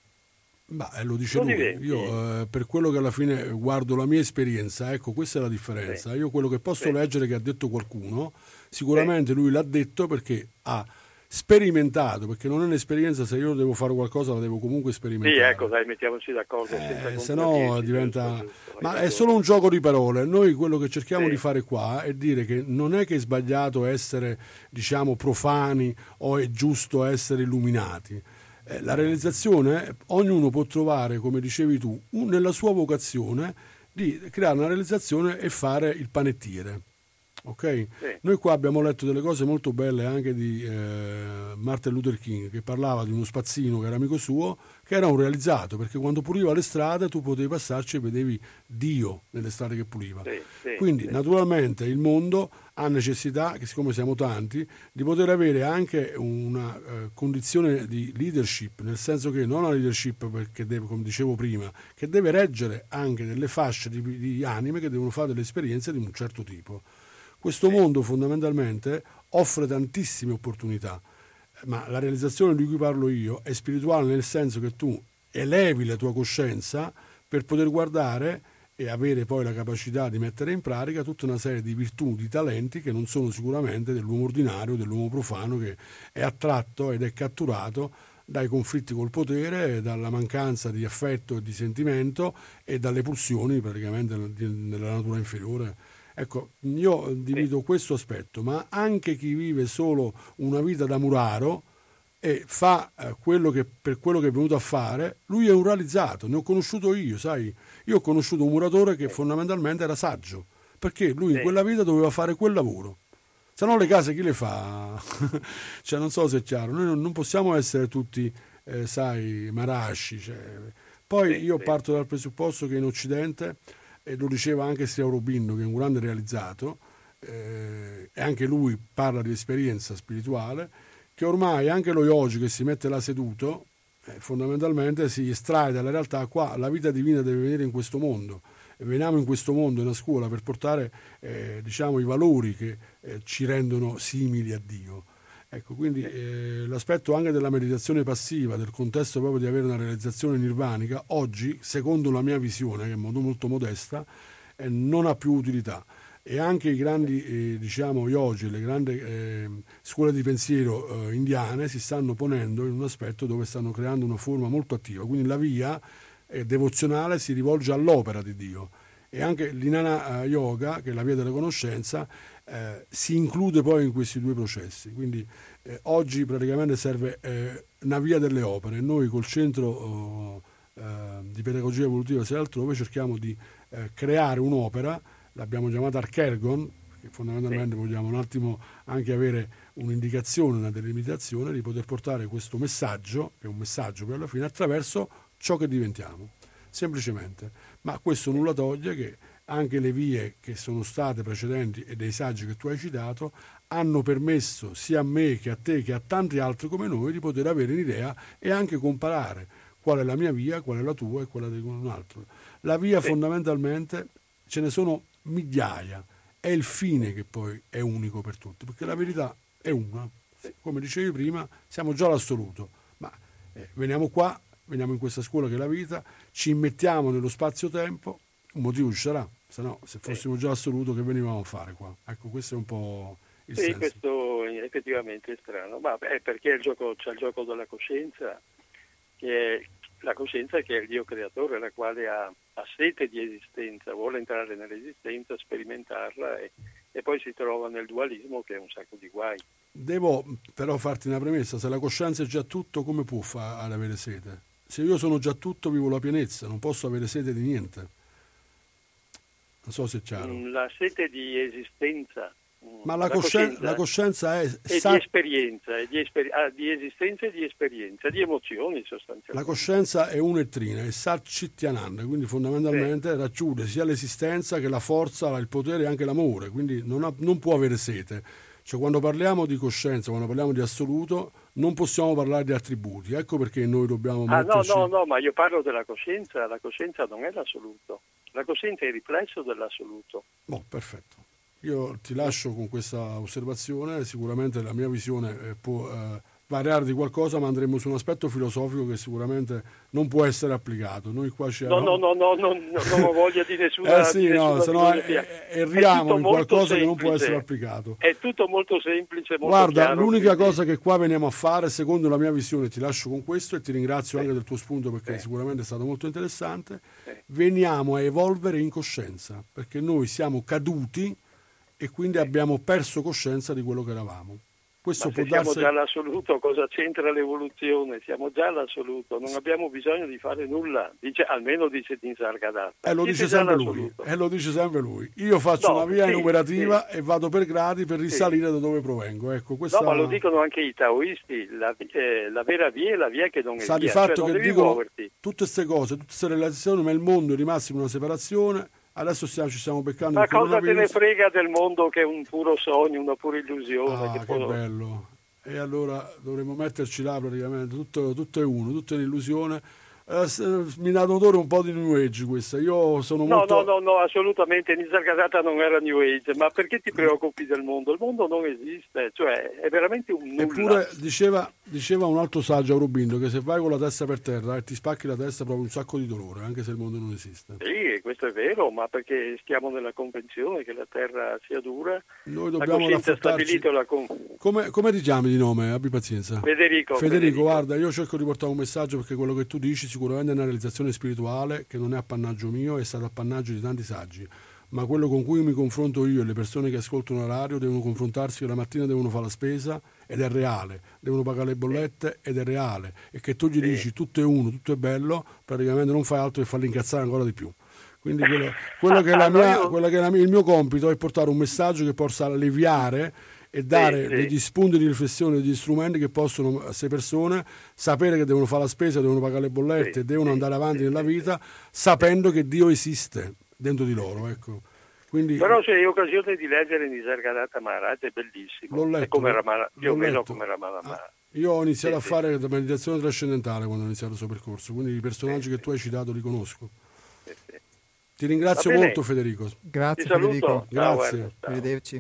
Beh, lo dice Lo lui. diventi. Io eh, per quello che alla fine guardo la mia esperienza, ecco, questa è la differenza. Sì. Io quello che posso Sì. leggere che ha detto qualcuno, sicuramente lui l'ha detto perché ha sperimentato, perché non è un'esperienza, se io devo fare qualcosa la devo comunque sperimentare. Sì, ecco, dai, mettiamoci d'accordo. senza Eh, se contraddirci, no diventa... giusto, giusto, Ma hai è ragione. solo un gioco di parole. Noi quello che cerchiamo Sì. di fare qua è dire che non è che è sbagliato essere, diciamo, profani o è giusto essere illuminati. Eh, la realizzazione, ognuno può trovare, come dicevi tu, un, nella sua vocazione di creare una realizzazione e fare il panettiere. Ok? Sì. Noi qua abbiamo letto delle cose molto belle anche di eh, Martin Luther King, che parlava di uno spazzino che era amico suo, che era un realizzato, perché quando puliva le strade tu potevi passarci e vedevi Dio nelle strade che puliva. Sì, sì, Quindi sì. naturalmente il mondo ha necessità, che siccome siamo tanti, di poter avere anche una eh, condizione di leadership, nel senso che non una leadership perché deve, come dicevo prima, che deve reggere anche delle fasce di, di anime che devono fare delle esperienze di un certo tipo. Questo mondo fondamentalmente offre tantissime opportunità, ma la realizzazione di cui parlo io è spirituale nel senso che tu elevi la tua coscienza per poter guardare e avere poi la capacità di mettere in pratica tutta una serie di virtù, di talenti che non sono sicuramente dell'uomo ordinario, dell'uomo profano che è attratto ed è catturato dai conflitti col potere, dalla mancanza di affetto e di sentimento e dalle pulsioni praticamente nella natura inferiore. Ecco, io divido questo aspetto, ma anche chi vive solo una vita da muraro e fa eh, quello che, per quello che è venuto a fare, lui è un realizzato. Ne ho conosciuto io, sai, io ho conosciuto un muratore che fondamentalmente era saggio, perché lui in quella vita doveva fare quel lavoro. Se no le case chi le fa? Cioè, non so se è chiaro, noi non, non possiamo essere tutti, eh, sai, marasci. Cioè. Poi io parto dal presupposto che in Occidente, e lo diceva anche Sri Aurobindo, che è un grande realizzato, eh, e anche lui parla di esperienza spirituale, che ormai anche lo yogi che si mette là seduto, eh, fondamentalmente si estrae dalla realtà. Qua la vita divina deve venire in questo mondo, e veniamo in questo mondo, in una scuola, per portare eh, diciamo, i valori che eh, ci rendono simili a Dio. Ecco, quindi eh, l'aspetto anche della meditazione passiva, del contesto proprio di avere una realizzazione nirvanica, oggi, secondo la mia visione, che è molto, molto modesta, eh, non ha più utilità. E anche i grandi, eh, diciamo, yogi, le grandi eh, scuole di pensiero eh, indiane si stanno ponendo in un aspetto dove stanno creando una forma molto attiva. Quindi la via eh, devozionale si rivolge all'opera di Dio. E anche l'Inana Yoga, che è la via della conoscenza, eh, si include poi in questi due processi. Quindi eh, oggi praticamente serve eh, una via delle opere. Noi col centro oh, eh, di pedagogia evolutiva Se altrove cerchiamo di eh, creare un'opera, l'abbiamo chiamata Archergon, che fondamentalmente vogliamo un attimo anche avere un'indicazione, una delimitazione di poter portare questo messaggio, che è un messaggio per alla fine, attraverso ciò che diventiamo, semplicemente. Ma questo nulla toglie che anche le vie che sono state precedenti e dei saggi che tu hai citato hanno permesso sia a me che a te che a tanti altri come noi di poter avere un'idea e anche comparare qual è la mia via, qual è la tua e quella di un altro. La via sì. Fondamentalmente ce ne sono migliaia, è il fine che poi è unico per tutti, perché la verità è una. Come dicevi prima, siamo già l'assoluto, ma eh, veniamo qua, veniamo in questa scuola che è la vita, ci immettiamo nello spazio-tempo, un motivo ci sarà, se no, se fossimo già assoluto che venivamo a fare qua? Ecco, questo è un po' il sì, senso. Questo effettivamente è strano, ma è perché il gioco, c'è il gioco della coscienza, che è la coscienza che è il Dio creatore, la quale ha, ha sete di esistenza, vuole entrare nell'esistenza, sperimentarla e, e poi si trova nel dualismo che è un sacco di guai. Devo però farti una premessa, se la coscienza è già tutto, come può fare ad avere sete? Se io sono già tutto, vivo la pienezza, non posso avere sete di niente. Non so se è chiaro. La sete di esistenza. Ma la, la, coscienza, la coscienza è... è sa- di esperienza, è di, esper- ah, di esistenza e di esperienza, di emozioni sostanzialmente. La coscienza è un'ettrina, è Satchityananda, quindi fondamentalmente sì. racchiude sia l'esistenza che la forza, il potere e anche l'amore, quindi non, ha, non può avere sete. Cioè quando parliamo di coscienza, quando parliamo di assoluto, non possiamo parlare di attributi. Ecco perché noi dobbiamo ah, metterci... no, no, no, ma io parlo della coscienza, la coscienza non è l'assoluto. La coscienza è il riflesso dell'assoluto. Oh, perfetto. Io ti lascio con questa osservazione, sicuramente la mia visione eh, può eh, variare di qualcosa, ma andremo su un aspetto filosofico che sicuramente non può essere applicato. Noi qua ci no, no, no, no, no, no, non ho voglia di nessuna... eh sì, di no, se no erriamo in qualcosa semplice, che non può essere applicato. È tutto molto semplice, molto Guarda, chiaro, l'unica quindi... cosa che qua veniamo a fare, secondo la mia visione, ti lascio con questo e ti ringrazio sì. anche del tuo spunto perché sì. sicuramente è stato molto interessante, sì. veniamo a evolvere in coscienza, perché noi siamo caduti e quindi abbiamo perso coscienza di quello che eravamo. Questo Ma può se siamo darsi... già all'assoluto, cosa c'entra l'evoluzione? Siamo già all'assoluto, non abbiamo bisogno di fare nulla, dice, almeno dice Nisargadatta. E lo dice sempre lui, e lo dice sempre lui. Io faccio no, una via sì, enumerativa sì. e vado per gradi per risalire sì. da dove provengo. Ecco, questa... No, ma lo dicono anche i taoisti, la, eh, la vera via è la via che non è Sa via, di fatto cioè, che devi dicono muoverti. Tutte queste cose, tutte queste relazioni, ma il mondo è rimasto in una separazione. Adesso stiamo, ci stiamo beccando. Ma cosa te ne frega del mondo che è un puro sogno, una pura illusione? Ah, che, che può... bello. E allora dovremmo metterci là praticamente, tutto, tutto è uno, tutto è un'illusione. Eh, mi dà odore un po' di New Age questa. Io sono no, molto... No, no, no, assolutamente. Nisargadatta non era New Age, ma perché ti preoccupi del mondo? Il mondo non esiste, cioè è veramente un nulla. Eppure diceva, diceva un altro saggio Aurobindo che se vai con la testa per terra e ti spacchi la testa provi un sacco di dolore, anche se il mondo non esiste. Sì, questo è vero, ma perché stiamo nella convenzione che la terra sia dura. Noi dobbiamo la stabilito la con... come, come ti chiami di nome? Abbi pazienza. Federico, Federico. Federico, guarda, io cerco di portare un messaggio perché quello che tu dici sicuramente è una realizzazione spirituale che non è appannaggio mio, è stato appannaggio di tanti saggi, ma quello con cui mi confronto io e le persone che ascoltano la radio devono confrontarsi che la mattina devono fare la spesa ed è reale, devono pagare le bollette ed è reale, e che tu gli sì. dici tutto è uno, tutto è bello, praticamente non fai altro che farli incazzare ancora di più. Quindi quello, quello che è la mia, quello che è la mia, il mio compito è portare un messaggio che possa alleviare e dare sì, sì. degli spunti di riflessione, degli strumenti che possono a queste persone sapere che devono fare la spesa, devono pagare le bollette, sì, devono sì, andare avanti sì, nella sì, vita, sapendo che Dio esiste dentro di loro. Ecco. Quindi, però se hai occasione di leggere Nisargadatta Maharaj è bellissimo. L'ho letto, è come Ramana, più o meno letto. come Ramana Maharaj. Ah, io ho iniziato sì, a fare sì. la meditazione trascendentale quando ho iniziato il suo percorso, quindi i personaggi sì, che sì. tu hai citato li conosco. Sì, sì. Ti ringrazio molto Federico. Grazie Ti saluto. Federico. Ciao, Grazie. Ernest, ciao. Arrivederci.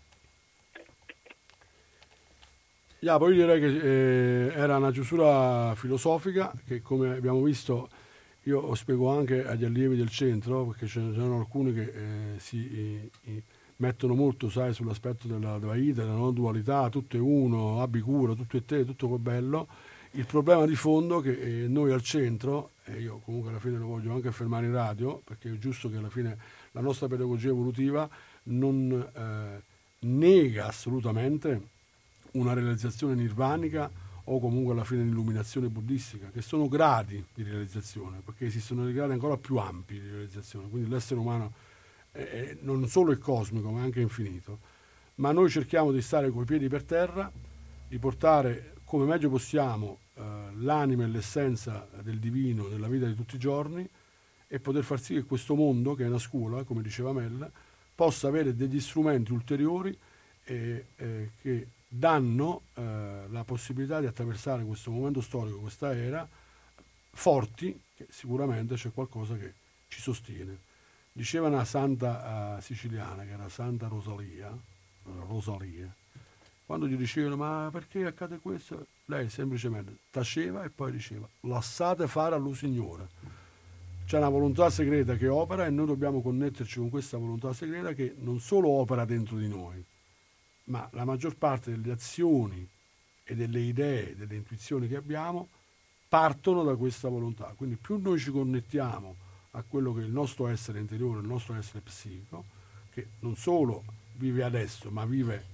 Yeah, poi direi che eh, era una chiusura filosofica che, come abbiamo visto, io spiego anche agli allievi del centro, perché ce ne sono alcuni che eh, si eh, mettono molto, sai, sull'aspetto della, della vita, della non dualità, tutto è uno, abbi cura, tutto è te, tutto è bello. Il problema di fondo è che eh, noi al centro, e io comunque alla fine lo voglio anche affermare in radio, perché è giusto che alla fine la nostra pedagogia evolutiva non eh, nega assolutamente una realizzazione nirvanica o comunque alla fine l'illuminazione buddistica, che sono gradi di realizzazione, perché esistono dei gradi ancora più ampi di realizzazione, quindi l'essere umano è, è, non solo è cosmico ma è anche infinito, ma noi cerchiamo di stare coi piedi per terra, di portare come meglio possiamo eh, l'anima e l'essenza del divino nella vita di tutti i giorni e poter far sì che questo mondo, che è una scuola, come diceva Mel, possa avere degli strumenti ulteriori eh, eh, che danno eh, la possibilità di attraversare questo momento storico, questa era, forti, che sicuramente c'è qualcosa che ci sostiene. Diceva una santa uh, siciliana, che era Santa Rosalia, Rosalia, quando gli dicevano ma perché accade questo? Lei semplicemente taceva e poi diceva lasciate fare allo Signore. C'è una volontà segreta che opera e noi dobbiamo connetterci con questa volontà segreta che non solo opera dentro di noi, ma la maggior parte delle azioni e delle idee, delle intuizioni che abbiamo partono da questa volontà. Quindi più noi ci connettiamo a quello che è il nostro essere interiore, il nostro essere psichico, che non solo vive adesso, ma vive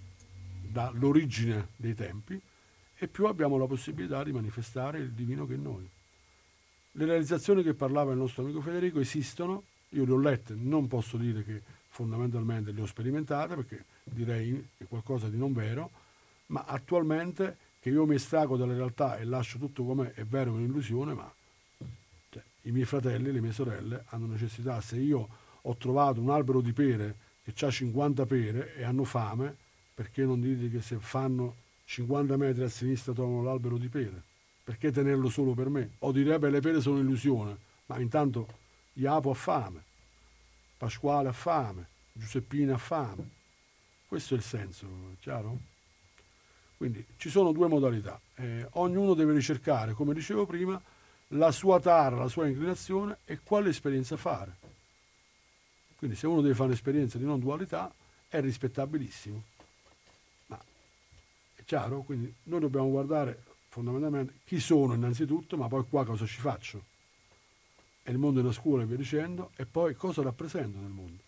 dall'origine dei tempi, e più abbiamo la possibilità di manifestare il divino che è in noi. le realizzazioni che parlava il nostro amico Federico esistono, io le ho lette, non posso dire che fondamentalmente le ho sperimentate, perché direi è qualcosa di non vero, ma attualmente che io mi estraggo dalle realtà e lascio tutto come è vero, è un'illusione, ma cioè, i miei fratelli, le mie sorelle hanno necessità. Se io ho trovato un albero di pere che ha cinquanta pere e hanno fame, perché non dite che se fanno cinquanta metri a sinistra trovano l'albero di pere? Perché tenerlo solo per me? O direbbe le pere sono illusione, ma intanto Iapo ha fame, Pasquale ha fame, Giuseppina ha fame. Questo è il senso, chiaro? Quindi ci sono due modalità. Eh, ognuno deve ricercare, come dicevo prima, la sua tara, la sua inclinazione e quale esperienza fare. Quindi se uno deve fare un'esperienza di non dualità è rispettabilissimo. Ma è chiaro? Quindi noi dobbiamo guardare fondamentalmente chi sono innanzitutto, ma poi qua cosa ci faccio. E il mondo è una scuola e via dicendo, e poi cosa rappresento nel mondo.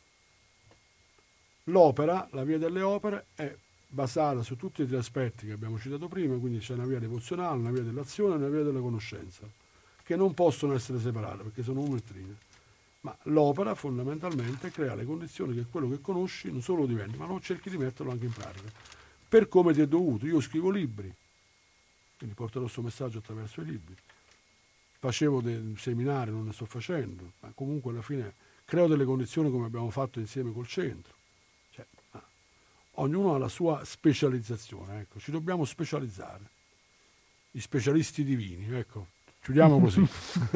L'opera, la via delle opere, è basata su tutti i tre aspetti che abbiamo citato prima, quindi c'è una via devozionale, una via dell'azione e una via della conoscenza, che non possono essere separate perché sono una e trina. Ma l'opera fondamentalmente crea le condizioni che quello che conosci non solo lo diventi, ma non cerchi di metterlo anche in pratica. Per come ti è dovuto. Io scrivo libri, quindi porterò questo messaggio attraverso i libri. Facevo dei seminari, non ne sto facendo, ma comunque alla fine creo delle condizioni come abbiamo fatto insieme col centro. Cioè, ah, ognuno ha la sua specializzazione, ecco, ci dobbiamo specializzare. I specialisti divini, ecco, chiudiamo così.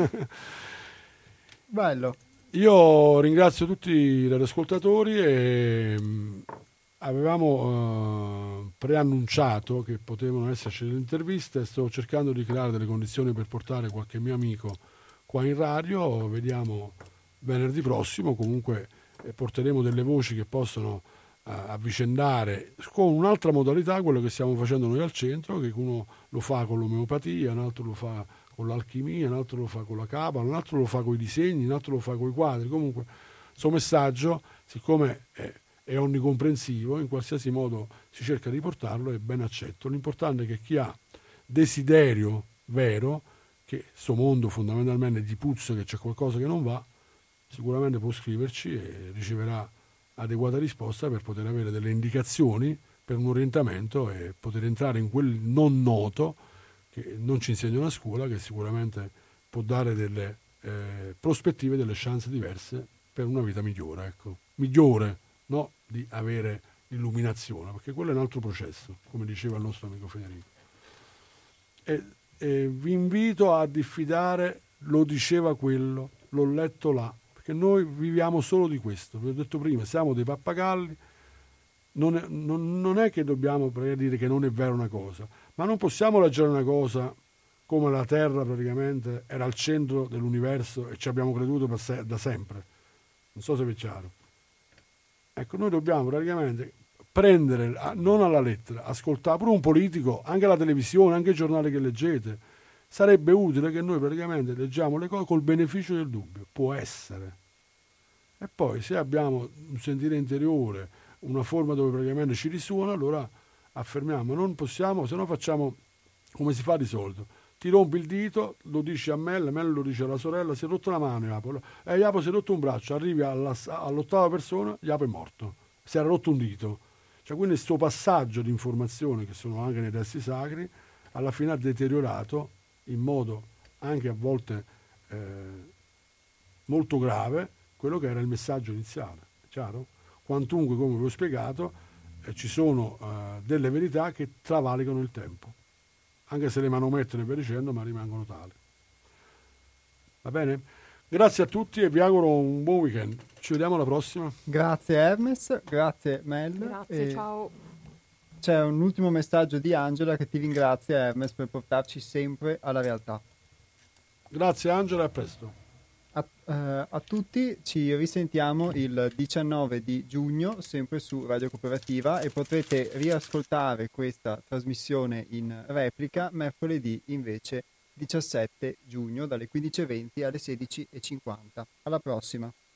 Bello. Io ringrazio tutti i radioascoltatori e mh, avevamo uh, preannunciato che potevano esserci delle interviste, sto cercando di creare delle condizioni per portare qualche mio amico qua in radio, vediamo venerdì prossimo, comunque eh, porteremo delle voci che possono uh, avvicendare con un'altra modalità, quello che stiamo facendo noi al centro, che uno lo fa con l'omeopatia, un altro lo fa con l'alchimia, un altro lo fa con la cabala, un altro lo fa con i disegni, un altro lo fa con i quadri. Comunque, questo messaggio, siccome è, è onnicomprensivo, in qualsiasi modo si cerca di portarlo, è ben accetto. L'importante è che chi ha desiderio vero, che sto mondo fondamentalmente gli puzza che c'è qualcosa che non va, sicuramente può scriverci e riceverà adeguata risposta per poter avere delle indicazioni per un orientamento e poter entrare in quel non noto che non ci insegna una scuola, che sicuramente può dare delle eh, prospettive, delle chance diverse per una vita migliore, ecco. Migliore, no di avere l'illuminazione, perché quello è un altro processo, come diceva il nostro amico Federico. E, e vi invito a diffidare, lo diceva quello, l'ho letto là, perché noi viviamo solo di questo, vi ho detto prima, siamo dei pappagalli. Non è, non, non è che dobbiamo dire che non è vera una cosa, ma non possiamo leggere una cosa come la Terra praticamente era al centro dell'universo e ci abbiamo creduto per se, da sempre. Non so se vi è chiaro. Ecco, noi dobbiamo praticamente prendere, non alla lettera, ascoltare pure un politico, anche la televisione, anche i giornali che leggete. Sarebbe utile che noi praticamente leggiamo le cose col beneficio del dubbio. Può essere. E poi se abbiamo un sentire interiore, una forma dove praticamente ci risuona, allora affermiamo. Non possiamo, se no facciamo come si fa di solito. Ti rompi il dito, lo dici a Mel, Mel lo dice alla sorella, si è rotto la mano Iapo, e Iapo si è rotto un braccio, arrivi alla, all'ottava persona, Iapo è morto, si era rotto un dito. Cioè, quindi questo passaggio di informazioni che sono anche nei testi sacri, alla fine ha deteriorato in modo anche a volte eh, molto grave quello che era il messaggio iniziale, chiaro? Quantunque, come vi ho spiegato, eh, ci sono eh, delle verità che travalicano il tempo, anche se le manomettono e via dicendo, ma rimangono tali. Va bene? Grazie a tutti e vi auguro un buon weekend. Ci vediamo alla prossima. Grazie Hermes, grazie Mel. Grazie, e ciao. C'è un ultimo messaggio di Angela che ti ringrazia Hermes per portarci sempre alla realtà. Grazie Angela, a presto. A, uh, a tutti, ci risentiamo il diciannove di giugno sempre su Radio Cooperativa e potrete riascoltare questa trasmissione in replica mercoledì invece diciassette giugno dalle quindici e venti alle sedici e cinquanta. Alla prossima!